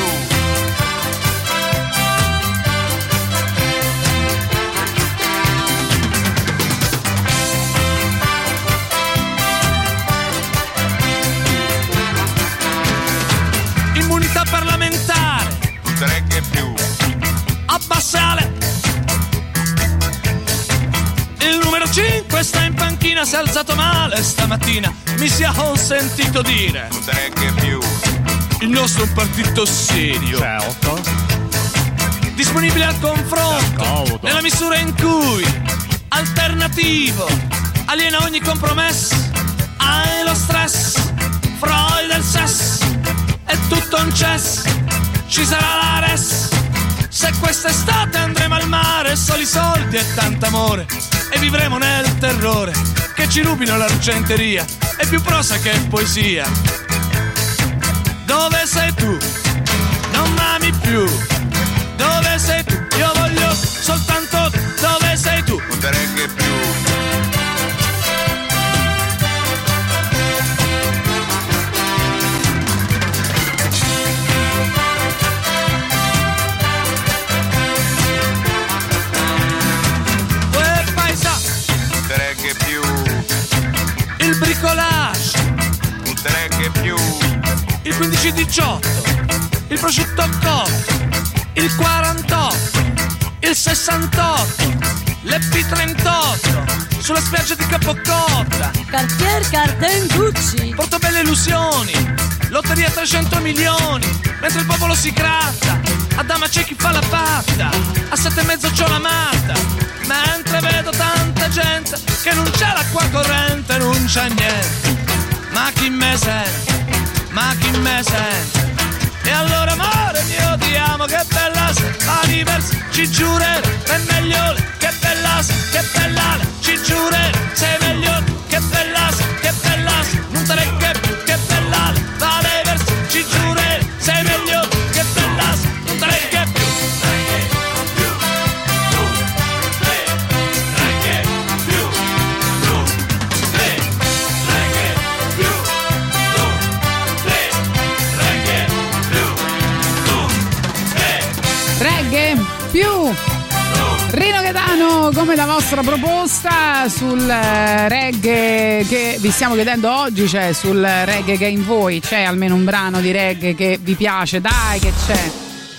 Immunità parlamentare, Reggae più. Abbassale. Il numero 5 sta in panchina, si è alzato male stamattina, mi sia consentito dire. Reggae più. Il nostro è un partito serio. Certo. Disponibile al confronto, nella misura in cui alternativo, aliena ogni compromesso, hai lo stress, Freud e il sesso, è tutto un cess, ci sarà la res. Se quest'estate andremo al mare, soli soldi e tanto amore, e vivremo nel terrore che ci rubino l'argenteria, è più prosa che poesia. Dove sei tu? Non m'ami più. Dove sei tu? Io voglio soltanto tu. Dove sei tu? Non te reggae più. Quel paesaggio. Non te reggae più. Il bricolage. Non te reggae più. Il 15-18, il prosciutto cotto, il 48, il 68, l'Ep38, sulla spiaggia di Capocotta, Cartier Carden Gucci, Portobello Illusioni, lotteria 300 milioni, mentre il popolo si gratta, a dama c'è chi fa la patta, a 7,5 c'ho la matta, mentre vedo tanta gente che non c'è l'acqua corrente, non c'è niente, ma chi me sente? Ma chi me sente? E allora amore mio ti amo, che bella sei, l'anniversario, ci giurerò, è meglio, che bella ci giurerò, sei meglio, che bella sei, non te regge più, che bella, vale verso, ci giurerò, sei meglio, che bella sei, non te regge più. Reggae più Rino Gaetano come la vostra proposta sul reggae che vi stiamo chiedendo oggi, cioè sul reggae che è in voi, c'è almeno un brano di reggae che vi piace? Dai, che c'è?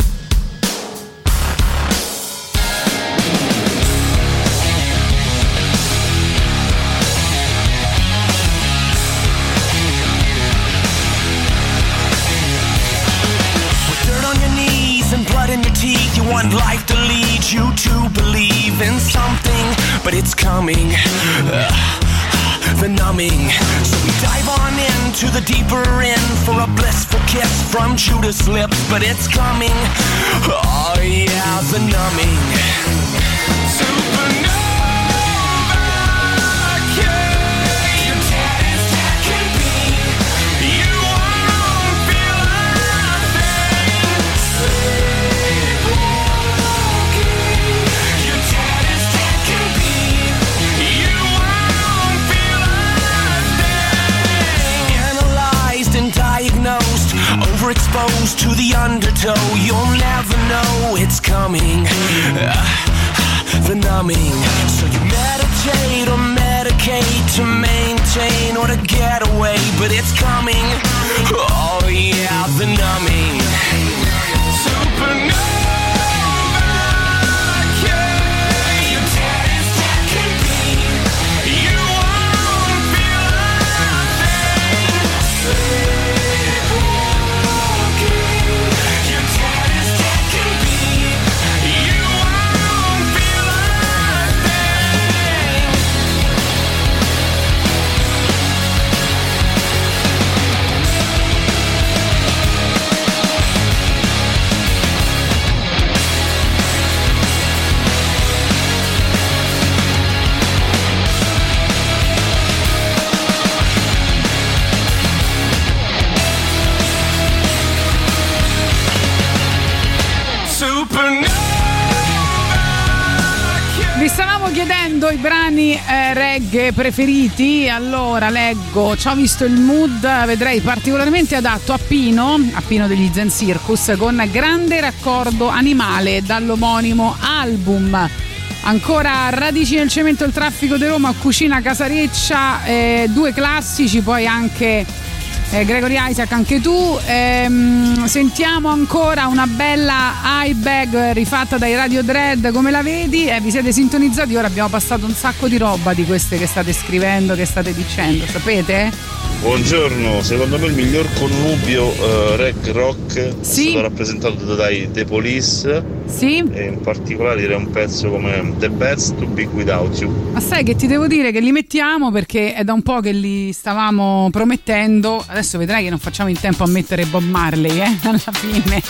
In your teeth, you want life to lead you to believe in something, but it's coming, the numbing. So we dive on into the deeper end for a blissful kiss from Judas' lips, but it's coming, oh yeah, the numbing. Supernova. Overexposed to the undertow, you'll never know it's coming, the numbing. So you meditate or medicate to maintain or to get away, but it's coming, oh yeah, the numbing. Supernova. secondo i brani reggae preferiti, allora leggo: ci ho visto il mood, vedrei particolarmente adatto a Pino degli Zen Circus, con Grande raccordo animale dall'omonimo album. Ancora Radici nel cemento, il traffico di Roma, Cucina Casareccia, due classici, poi anche Gregory Isaac, anche tu. Sentiamo ancora una bella high bag rifatta dai Radio Dread, come la vedi? Vi siete sintonizzati? Ora abbiamo passato un sacco di roba di queste che state scrivendo, che state dicendo, sapete? Buongiorno, secondo me il miglior connubio reg rock è stato rappresentato dai The Police, e in particolare direi un pezzo come The Best to Be Without You. Ma sai che ti devo dire che li mettiamo perché è da un po' che li stavamo promettendo, adesso vedrai che non facciamo in tempo a mettere Bob Marley alla fine.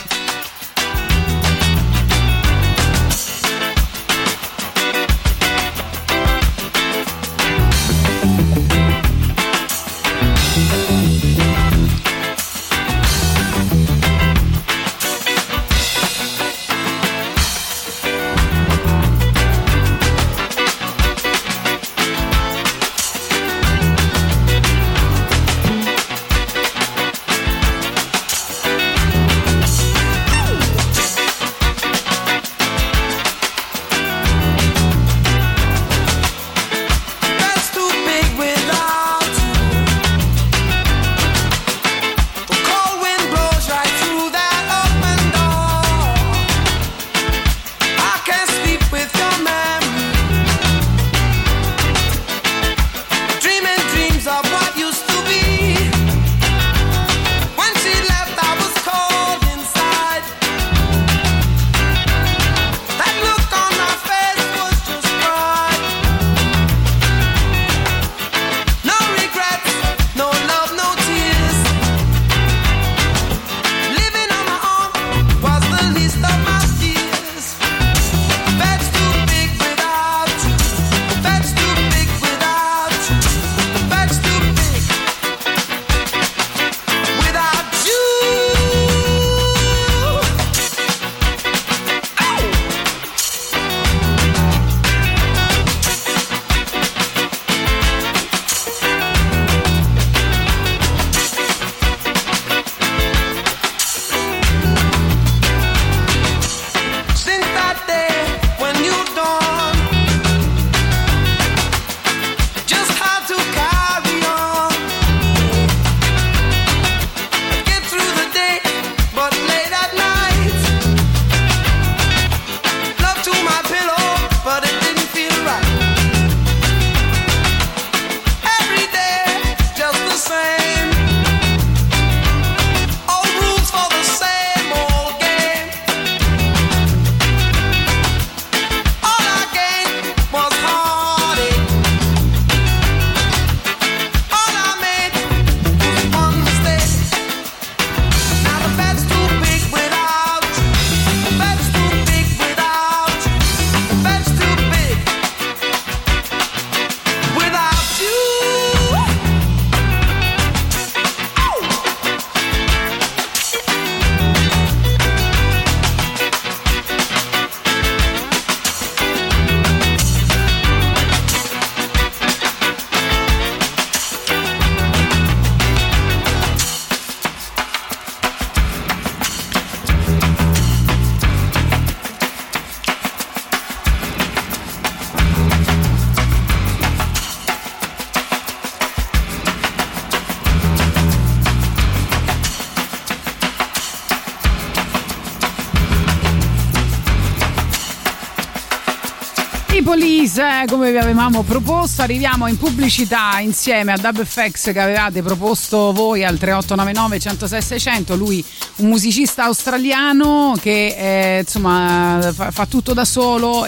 Police, come vi avevamo proposto, arriviamo in pubblicità insieme a Dub FX che avevate proposto voi al 3899 106 600. Lui un musicista australiano che insomma fa tutto da solo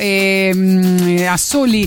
e a soli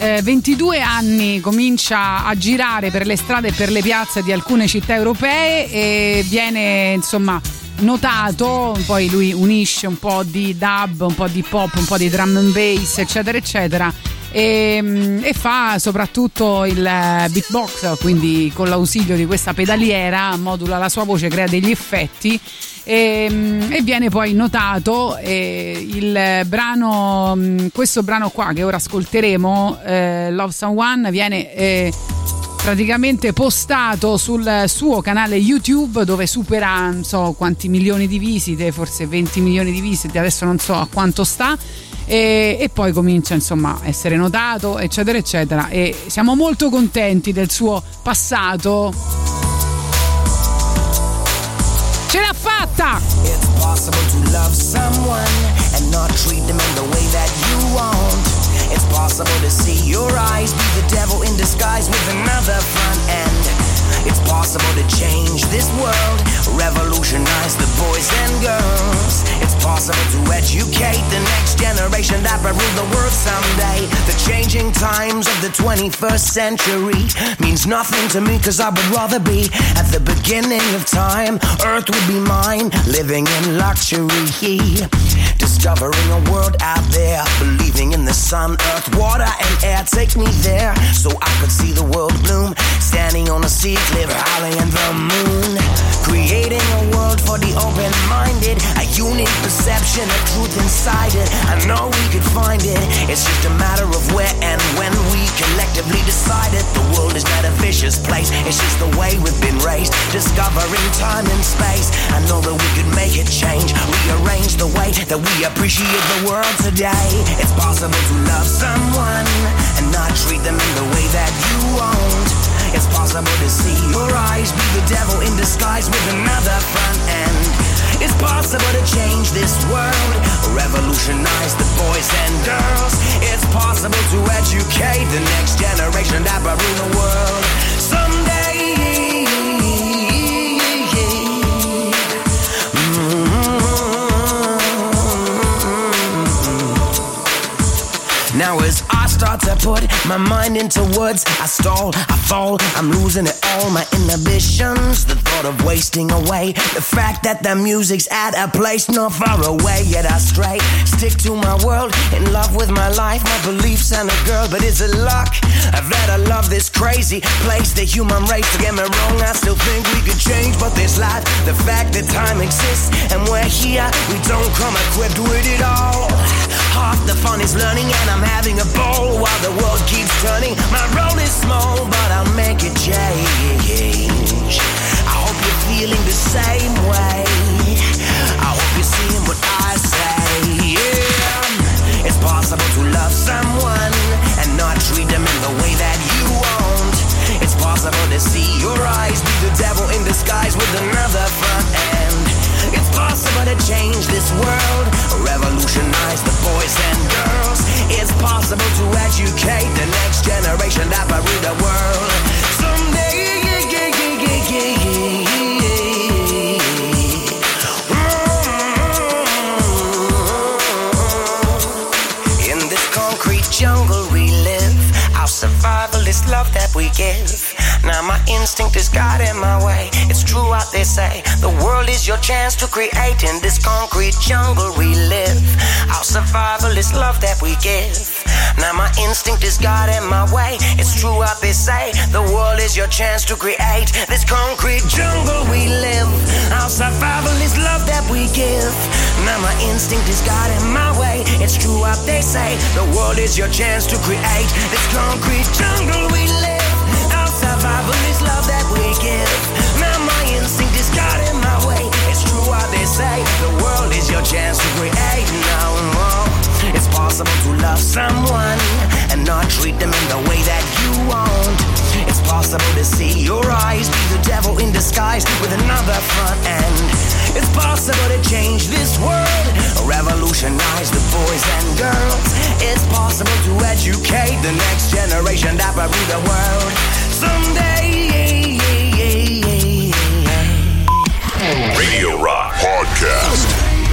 22 anni comincia a girare per le strade e per le piazze di alcune città europee e viene insomma notato. Poi lui unisce un po' di dub, un po' di pop, un po' di drum and bass, eccetera eccetera, e fa soprattutto il beatbox, quindi con l'ausilio di questa pedaliera modula la sua voce, crea degli effetti e viene poi notato. Il brano, questo brano qua che ora ascolteremo, Love Someone, viene praticamente postato sul suo canale YouTube, dove supera non so quanti milioni di visite, forse 20 milioni di visite, adesso non so a quanto sta, e poi comincia insomma a essere notato, eccetera eccetera, e siamo molto contenti del suo passato. Ce l'ha fatta! It's possible to love someone and not treat them in the way that you want. It's possible to see your eyes be the devil in disguise with another front end. It's possible to change this world, revolutionize the boys and girls. It's possible to educate the next generation that will rule the world someday. The changing times of the 21st century means nothing to me, cause I would rather be at the beginning of time. Earth would be mine, living in luxury. Discovering a world out there, believing in the sun, earth, water and air. Take me there so I could see the world bloom, standing on a sea cliff, howling in the moon. Creating a world for the open-minded, a unique perception of truth inside it. I know we could find it, it's just a matter of where and when we collectively decide it. The world is not a vicious place, it's just the way we've been raised. Discovering time and space, I know that we could make it change. Rearrange the way that we appreciate the world today. It's possible to love someone and not treat them in the way that you won't. It's possible to see your eyes be the devil in disguise with another front end. It's possible to change this world, revolutionize the boys and girls. It's possible to educate the next generation that will rule the world someday. Now as I start to put my mind into words, I stall, I fall, I'm losing it all, my inhibitions. The thought of wasting away, the fact that the music's at a place not far away. Yet I stray, stick to my world, in love with my life, my beliefs and a girl. But is it luck that I love this crazy place, the human race? Don't get me wrong, I still think we could change, but this life, the fact that time exists and we're here, we don't come equipped with it all. Half the fun is learning and I'm having a ball while the world keeps turning. My role is small, but I'll make it change. I hope you're feeling the same way. I hope you're seeing what I say. Yeah. It's possible to love someone and not treat them in the way that you want. It's possible to see your eyes be the devil in disguise with another front end. It's possible to change this world, revolutionize the boys and girls. It's possible to educate the next generation that will rule the world someday. In this concrete jungle we live, our survival is love that we give. Now my instinct is guiding my way. It's true what they say, the world is your chance to create. In this concrete jungle we live, our survival is love that we give. Now my instinct is guiding my way. It's true what they say, the world is your chance to create. This concrete jungle we live, our survival is love that we give. Now my instinct is guiding my way. It's true what they say, the world is your chance to create. This concrete jungle we live, survival is love that we give. Now my instinct is guiding my way. It's true what they say, the world is your chance to create. Now it's possible to love someone and not treat them in the way that you want. It's possible to see your eyes be the devil in disguise with another front end. It's possible to change this world, revolutionize the boys and girls. It's possible to educate the next generation that will rule the world someday. Radio Rock Podcast.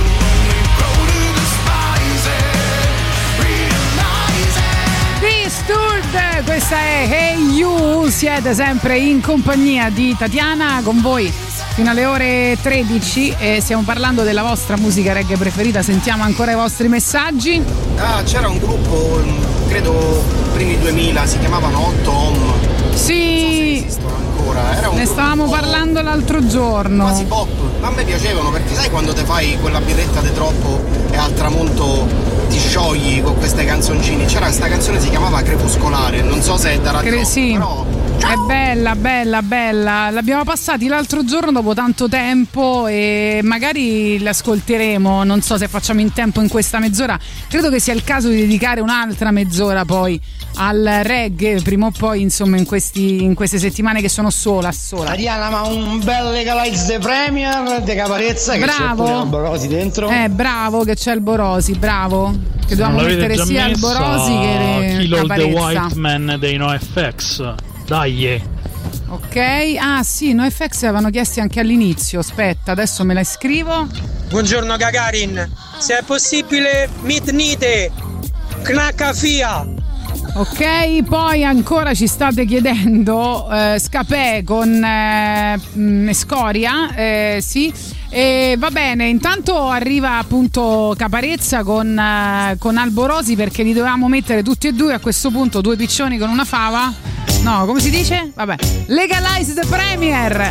Disturbed, questa è Hey You, siete sempre in compagnia di Tatiana con voi fino alle ore 13 e stiamo parlando della vostra musica reggae preferita. Sentiamo ancora i vostri messaggi. C'era un gruppo credo primi 2000, si chiamavano Hot Home. Sì, non so se esistono ancora. Era un ne stavamo parlando l'altro giorno. Quasi pop, ma a me piacevano perché sai quando te fai quella birretta di troppo e al tramonto ti sciogli con queste canzoncine. C'era questa canzone, si chiamava Crepuscolare, non so se è da radio, sì. però è bella. L'abbiamo passati l'altro giorno dopo tanto tempo e magari l'ascolteremo. Non so se facciamo in tempo in questa mezz'ora. Credo che sia il caso di dedicare un'altra mezz'ora poi al reggae, prima o poi, insomma, in queste settimane che sono sola. Ariana, ma un bel Legalize the Premier de Caparezza, che c'è pure il Borosi dentro. Bravo che c'è il Borosi, bravo. Che dobbiamo mettere sia il Borosi che Kill Caparezza. the White Man dei NoFX. Dai. Ok, sì, NoFX avevano chiesti anche all'inizio. Aspetta, adesso me la scrivo. Buongiorno Gagarin, se è possibile Midnite Knakafia. Ok, poi ancora ci state chiedendo Scapè con Scoria, sì. E va bene, intanto arriva appunto Caparezza con Alborosi, perché li dovevamo mettere tutti e due a questo punto, due piccioni con una fava. No, come si dice? Vabbè. Legalize the Premier.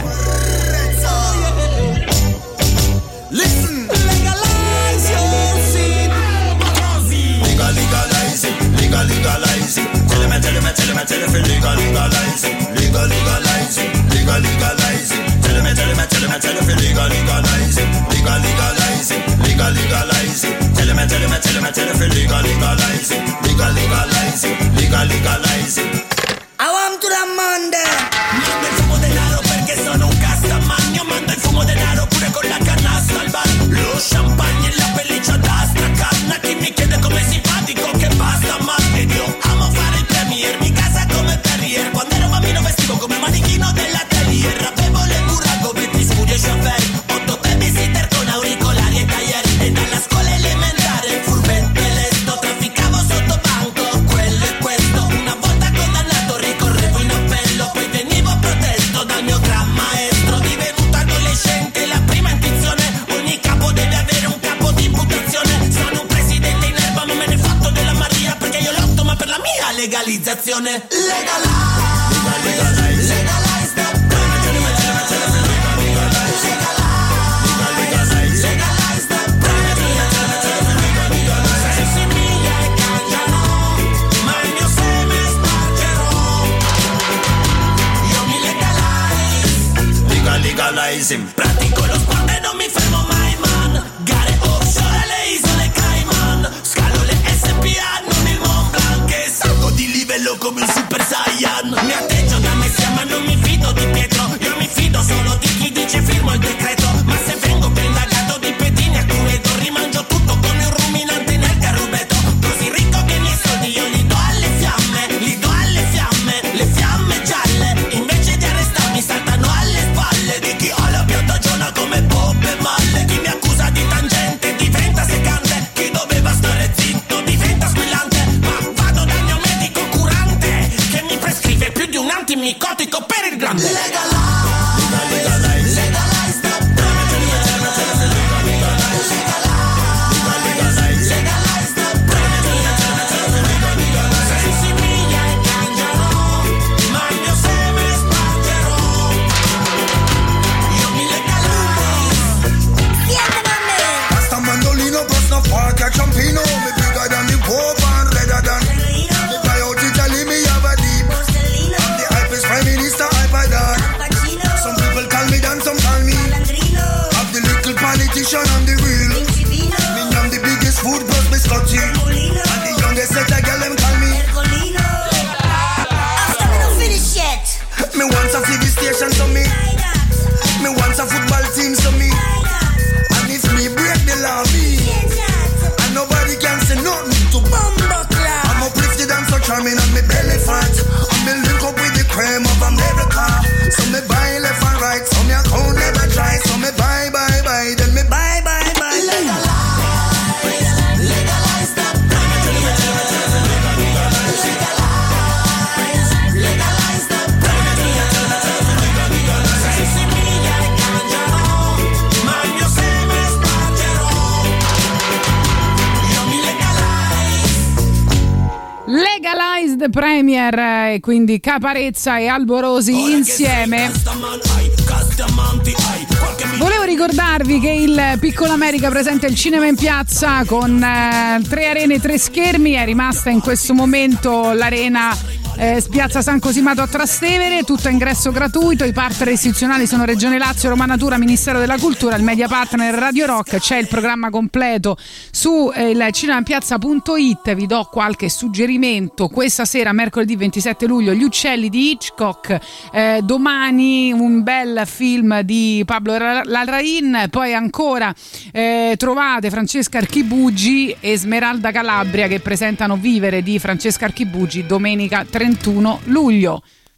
Listen, legalize your sin. Legalize it, legalize it. Tell me, legalize it, legalize it, legalize it. Tell me, legalize it, legalize it, legalize it. Tell me, legalize it, legalize it. I want to the Monday. Mando il fumo denaro perché sono un castamagno. Mando il fumo denaro pure con la canasta al bar. Lo champagne e la pelliccia da stracanna. Chi mi chiede come si fa dico che basta ma. Ed io amo fare il premier, mi casa come terrier. Quando ero bambino vestivo come manichino dell'atelier. Rappevo le burraco, betti scudi e chauffeur. 8 babysitter con auricolari e taglier. E dalla scuola elementare furbente lesto. Trafficavo sotto banco, quello e questo. Una volta condannato ricorrevo in appello. Poi venivo protetto dal mio gran maestro. Divenuto adolescente, la prima intuizione. Ogni capo deve avere un capo di imputazione. Sono un presidente in erba, non me ne fatto della Maria. Perché io lotto ma per la mia legalizzazione. Legalizing. Pratico lo sport e non mi fermo mai, man. Gare offshore alle isole Cayman. Scalo le SPA, non il Mont Blanc. E salgo di livello come un Super Saiyan. Mi atteggio da Messia ma non mi fido di Pietro. Io mi fido solo di chi dice firmo il decreto. Ma se vengo ben indagato di pedini a Cueto, rimangio tutto come un ruminante nel carrubetto. Così ricco che i miei soldi io li do alle fiamme. Li do alle fiamme, le fiamme gialle. Invece di arrestarmi saltano alle spalle di chi ha la piantagiona come Bob e Malle. Chi mi accusa di tangente diventa secante. Chi doveva stare zitto diventa squillante. Ma vado dal mio medico curante che mi prescrive più di un antimicotico per il grande. Hasta mandolino plus no fork a champino. Me bigger than the Pope and redder than. Me buy out Italy, me have a deep. I'm the hypest prime minister, hyper dad. Some people call me Dan, some call me I'm the little politician, I'm the real. Me am the biggest food plus biscotti. And the youngest set a girl them call me. After me don't finish yet. Me want a TV station so me. Me want a football team so me. And if me break the law, me. And nobody can say nothing to Bumbleclad. I'm uplifted and so charming and me belly fat. And me link up with the cream of America. So me buy left and right, so me account never dry. So me buy, then me buy. Legalize the legalize the World Premier, e quindi Caparezza e Alborosi insieme. Volevo ricordarvi che il Piccolo America presenta il cinema in piazza con 3 arene, 3 schermi. È rimasta in questo momento l'arena Piazza San Cosimato a Trastevere, tutto a ingresso gratuito. I partner istituzionali sono Regione Lazio, Roma Natura, Ministero della Cultura, il media partner Radio Rock. C'è il programma completo su il cinemapiazza.it. Vi do qualche suggerimento: questa sera, mercoledì 27 luglio, Gli uccelli di Hitchcock, domani un bel film di Pablo Larraín, poi ancora trovate Francesca Archibugi e Smeralda Calabria che presentano Vivere di Francesca Archibugi domenica 31 luglio.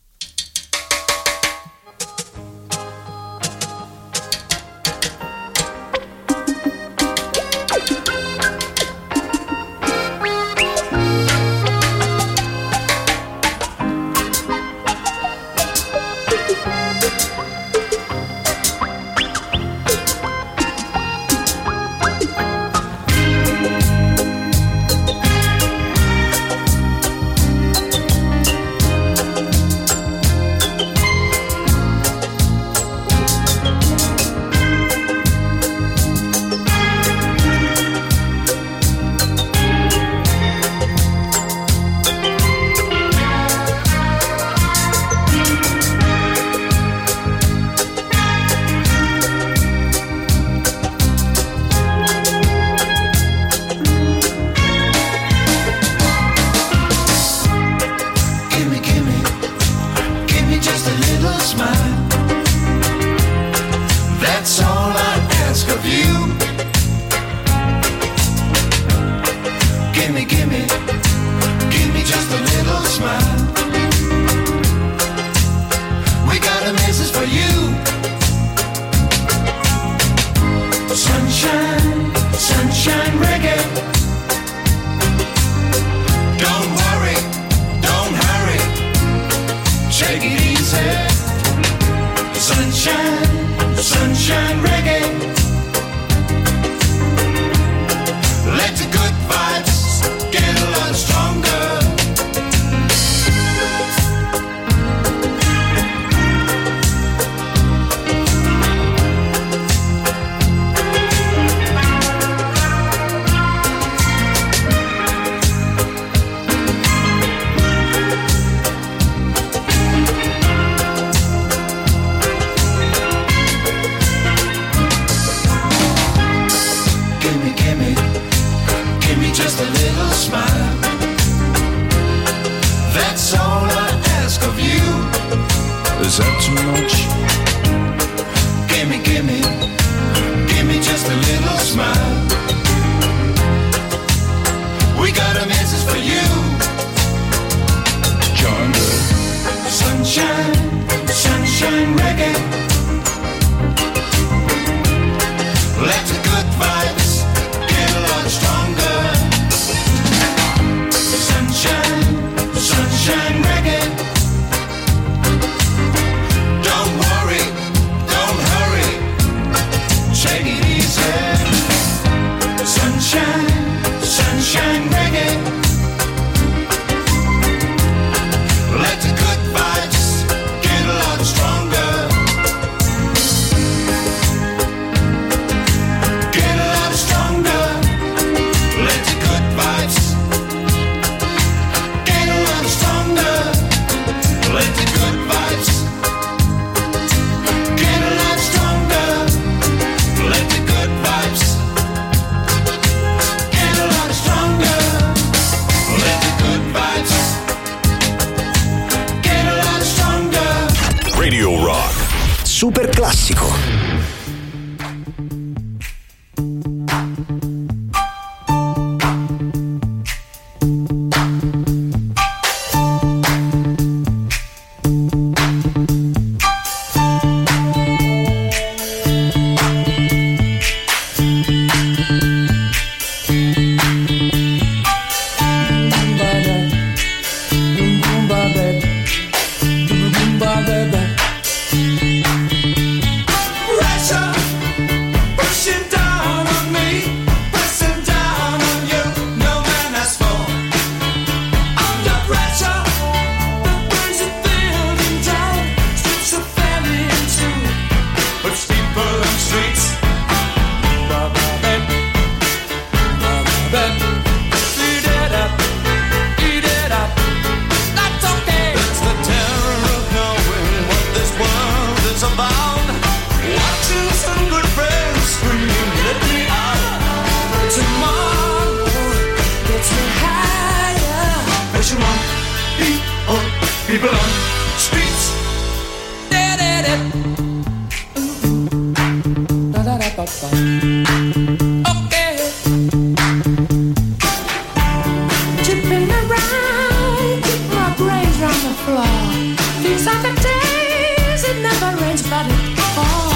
Super classico. People on streets. Okay. Tipping around, keep my brains on the floor. These are the days it never rains, but it falls.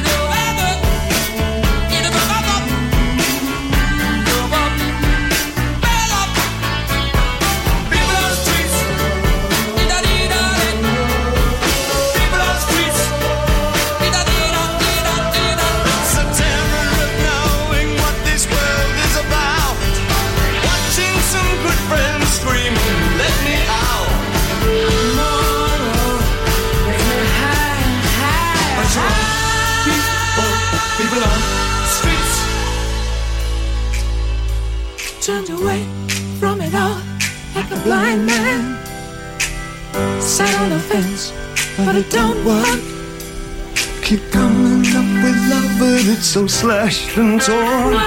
Turned away from it all like a blind man. Sat on the fence, but it don't work. Keep coming up with love, but it's so slashed and torn.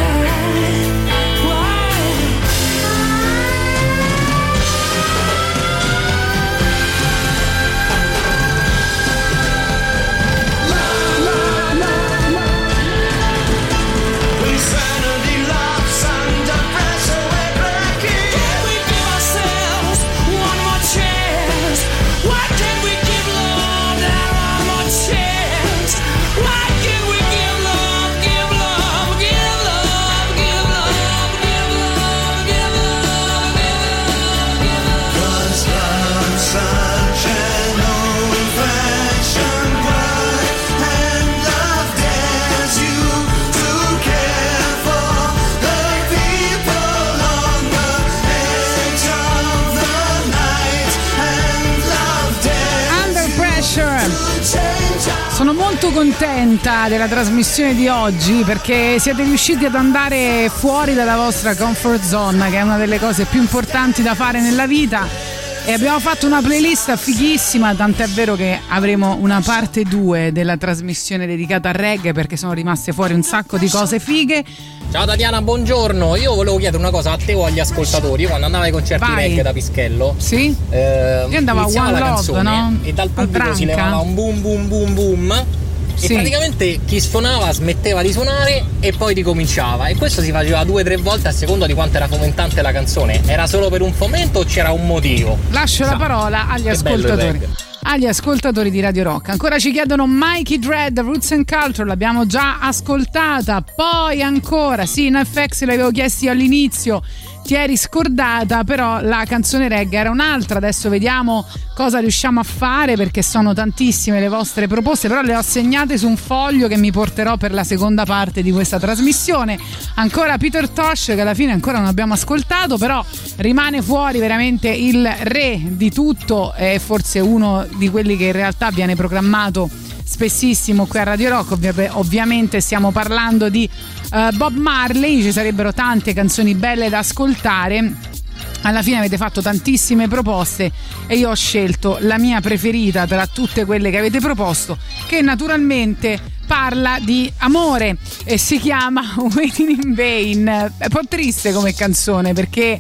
Sono molto contenta della trasmissione di oggi perché siete riusciti ad andare fuori dalla vostra comfort zone, che è una delle cose più importanti da fare nella vita, e abbiamo fatto una playlist fighissima, tant'è vero che avremo una parte 2 della trasmissione dedicata al reggae perché sono rimaste fuori un sacco di cose fighe. Ciao Tatiana, buongiorno. Io volevo chiedere una cosa a te o agli ascoltatori. Io quando andavo ai concerti reggae da Pischello, sì? Io andavo a One Love, canzone, no? E dal pubblico si levava un boom boom boom boom. Sì. E praticamente chi suonava smetteva di suonare e poi ricominciava, e questo si faceva 2 o 3 volte a seconda di quanto era fomentante la canzone. Era solo per un fomento o c'era un motivo? Lascio la parola agli ascoltatori. Agli ascoltatori di Radio Rock. Ancora ci chiedono Mikey Dread, Roots and Culture, l'abbiamo già ascoltata. Poi ancora, sì, in FX l'avevo chiesto io all'inizio, ti eri scordata, però la canzone reggae era un'altra. Adesso vediamo cosa riusciamo a fare perché sono tantissime le vostre proposte, però le ho segnate su un foglio che mi porterò per la seconda parte di questa trasmissione. Ancora Peter Tosh, che alla fine ancora non abbiamo ascoltato, però rimane fuori veramente il re di tutto, e forse uno di quelli che in realtà viene programmato spessissimo qui a Radio Rock. Ovviamente stiamo parlando di Bob Marley. Ci sarebbero tante canzoni belle da ascoltare. Alla fine avete fatto tantissime proposte e io ho scelto la mia preferita tra tutte quelle che avete proposto, che naturalmente parla di amore e si chiama Waiting in Vain. È un po' triste come canzone perché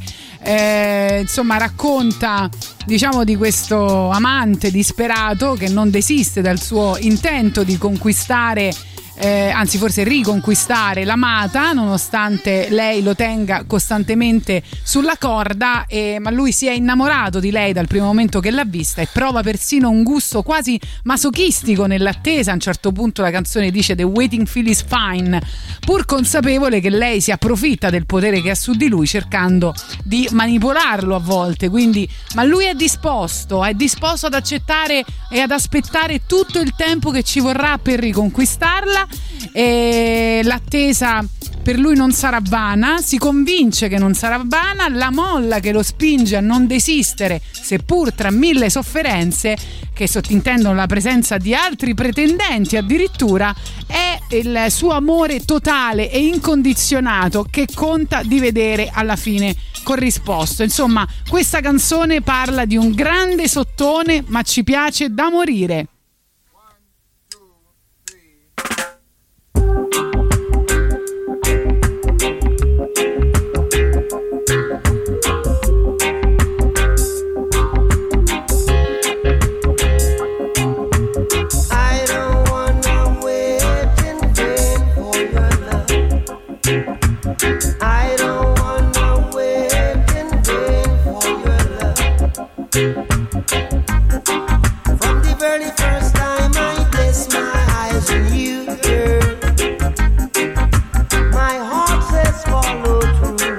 insomma racconta, diciamo, di questo amante disperato che non desiste dal suo intento di conquistare, anzi forse riconquistare l'amata, nonostante lei lo tenga costantemente sulla corda, ma lui si è innamorato di lei dal primo momento che l'ha vista e prova persino un gusto quasi masochistico nell'attesa. A un certo punto la canzone dice The waiting feel is fine, pur consapevole che lei si approfitta del potere che ha su di lui cercando di manipolarlo a volte. Quindi, ma lui è disposto ad accettare e ad aspettare tutto il tempo che ci vorrà per riconquistarla, e l'attesa per lui non sarà vana, si convince che non sarà vana, la molla che lo spinge a non desistere, seppur tra mille sofferenze che sottintendono la presenza di altri pretendenti addirittura, è il suo amore totale e incondizionato che conta di vedere alla fine corrisposto. Insomma, questa canzone parla di un grande sottone, ma ci piace da morire. From the very first time I placed my eyes on you, girl, my heart says follow through.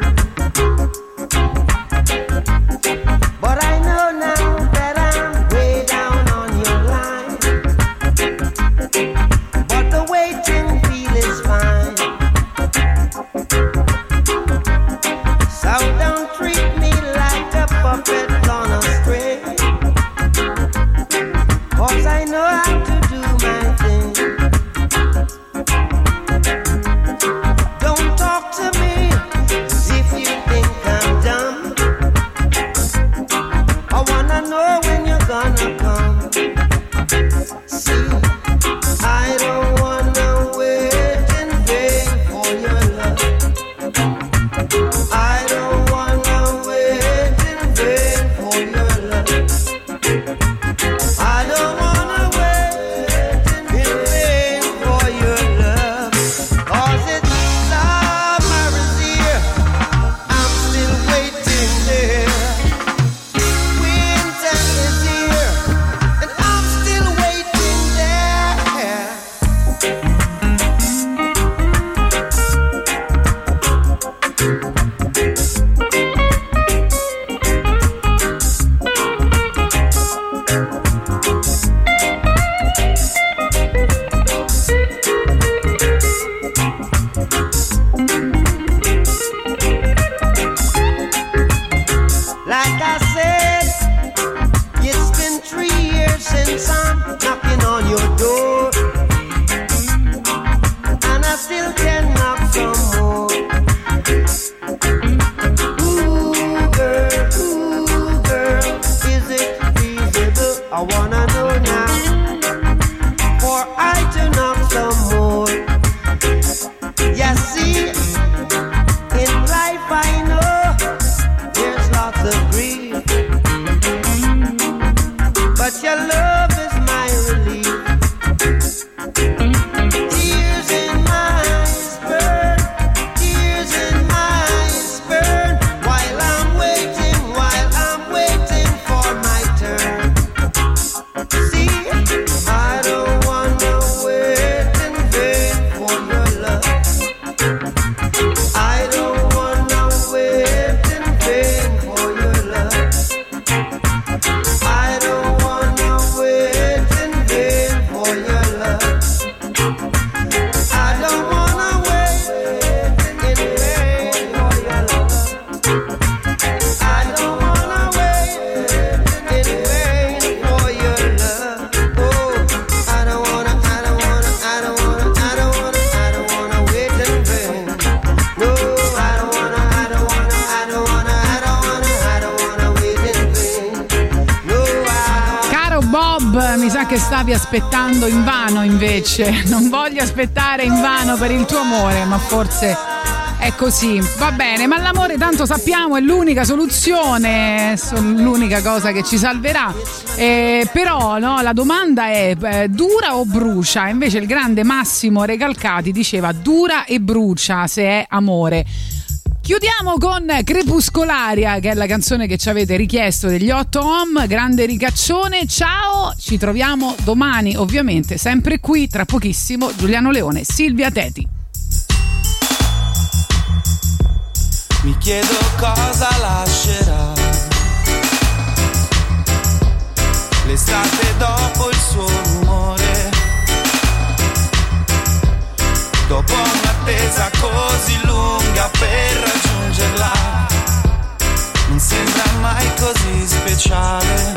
But I know now that I'm way down on your line. But the waiting feel is fine. So don't treat me like a puppet on a string. 'Cause I know how to do my thing. Don't talk to me as if you think I'm dumb. I wanna know when you're gonna come. See, I don't wanna wait in vain for your love. I don't wanna wait in vain for your love. I don't wanna wait in vain for your love. 'Cause it's summer is here, I'm still waiting there. Winter is here, and I'm still waiting there. Like I said, it's been 3 years since I'm knocking on your door, and I still can knock some more. Ooh, girl, is it feasible? I wanna know now, for I to knock some more. Yeah, see, in life I know there's lots of grief, but your love is my relief. Tears in my eyes burn, tears in my eyes burn, while I'm waiting for my turn. See, I don't wanna wait in vain for your love. I don't wanna wait in vain for your love. I don't wanna wait in vain for your love. I don't wanna wait in vain for your love. I don't wanna wait in vain for your love. Oh, I don't wanna wait in vain. No, I don't wanna wait in vain. No, Caro Bob, mi sa che stavi aspettando invano invece. Non voglio aspettare invano per il tuo amore, ma forse è così. Va bene, ma l'amore tanto sappiamo è l'unica soluzione, l'unica cosa che ci salverà. Però no, la domanda è dura o brucia? Invece il grande Massimo Recalcati diceva dura e brucia se è amore. Chiudiamo con Crepuscolaria, che è la canzone che ci avete richiesto degli 8 Ohm. Grande ricaccione, ciao, ci troviamo domani ovviamente sempre qui, tra pochissimo Giuliano Leone, Silvia Teti. Mi chiedo cosa lascerà l'estate dopo il suo rumore, dopo un'attesa così lunga per raggiungerla, non sembra mai così speciale.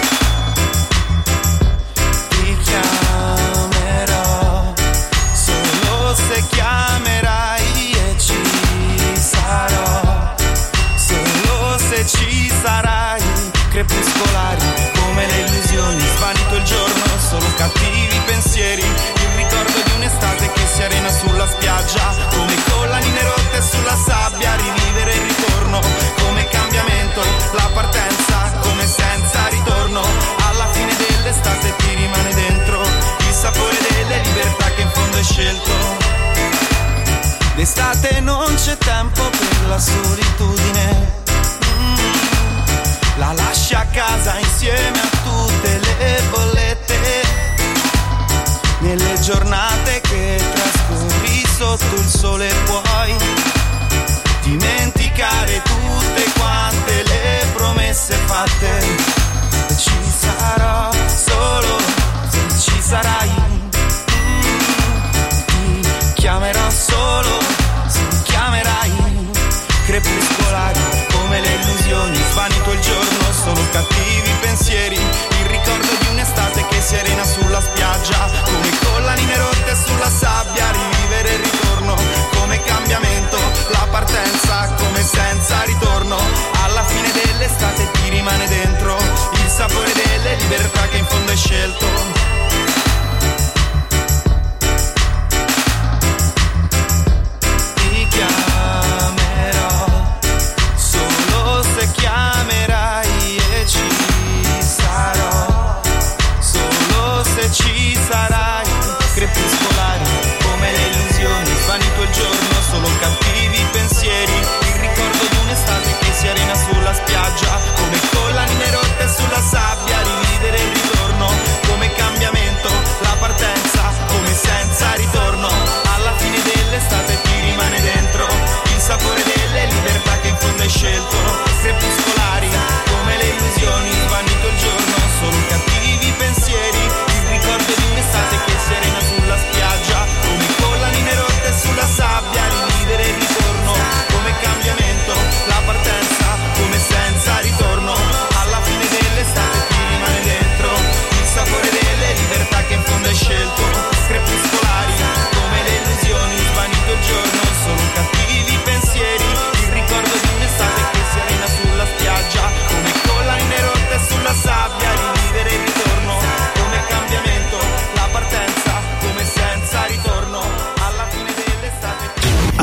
Ti chiamerò solo se chiamerai e ci sarò, solo se ci sarai. Crepuscolari come le illusioni, svanito il giorno, solo cattivi pensieri, il ricordo di un'estate che si arena sulla spiaggia, come collanine rotte sulla sabbia, rivivere il ritorno, come cambiamento, la partenza, come senza ritorno, alla fine dell'estate ti rimane dentro, il sapore delle libertà che in fondo hai scelto. D'estate non c'è tempo per la solitudine, la lasci a casa insieme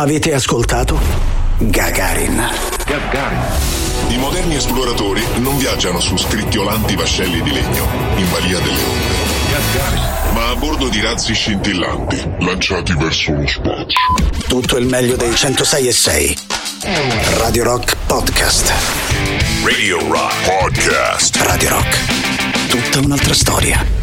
Avete ascoltato Gagarin. I moderni esploratori non viaggiano su scricchiolanti vascelli di legno in balia delle onde, ma a bordo di razzi scintillanti lanciati verso lo spazio. Tutto il meglio dei 106.6. Radio Rock Podcast. Radio Rock Podcast. Radio Rock. Tutta un'altra storia.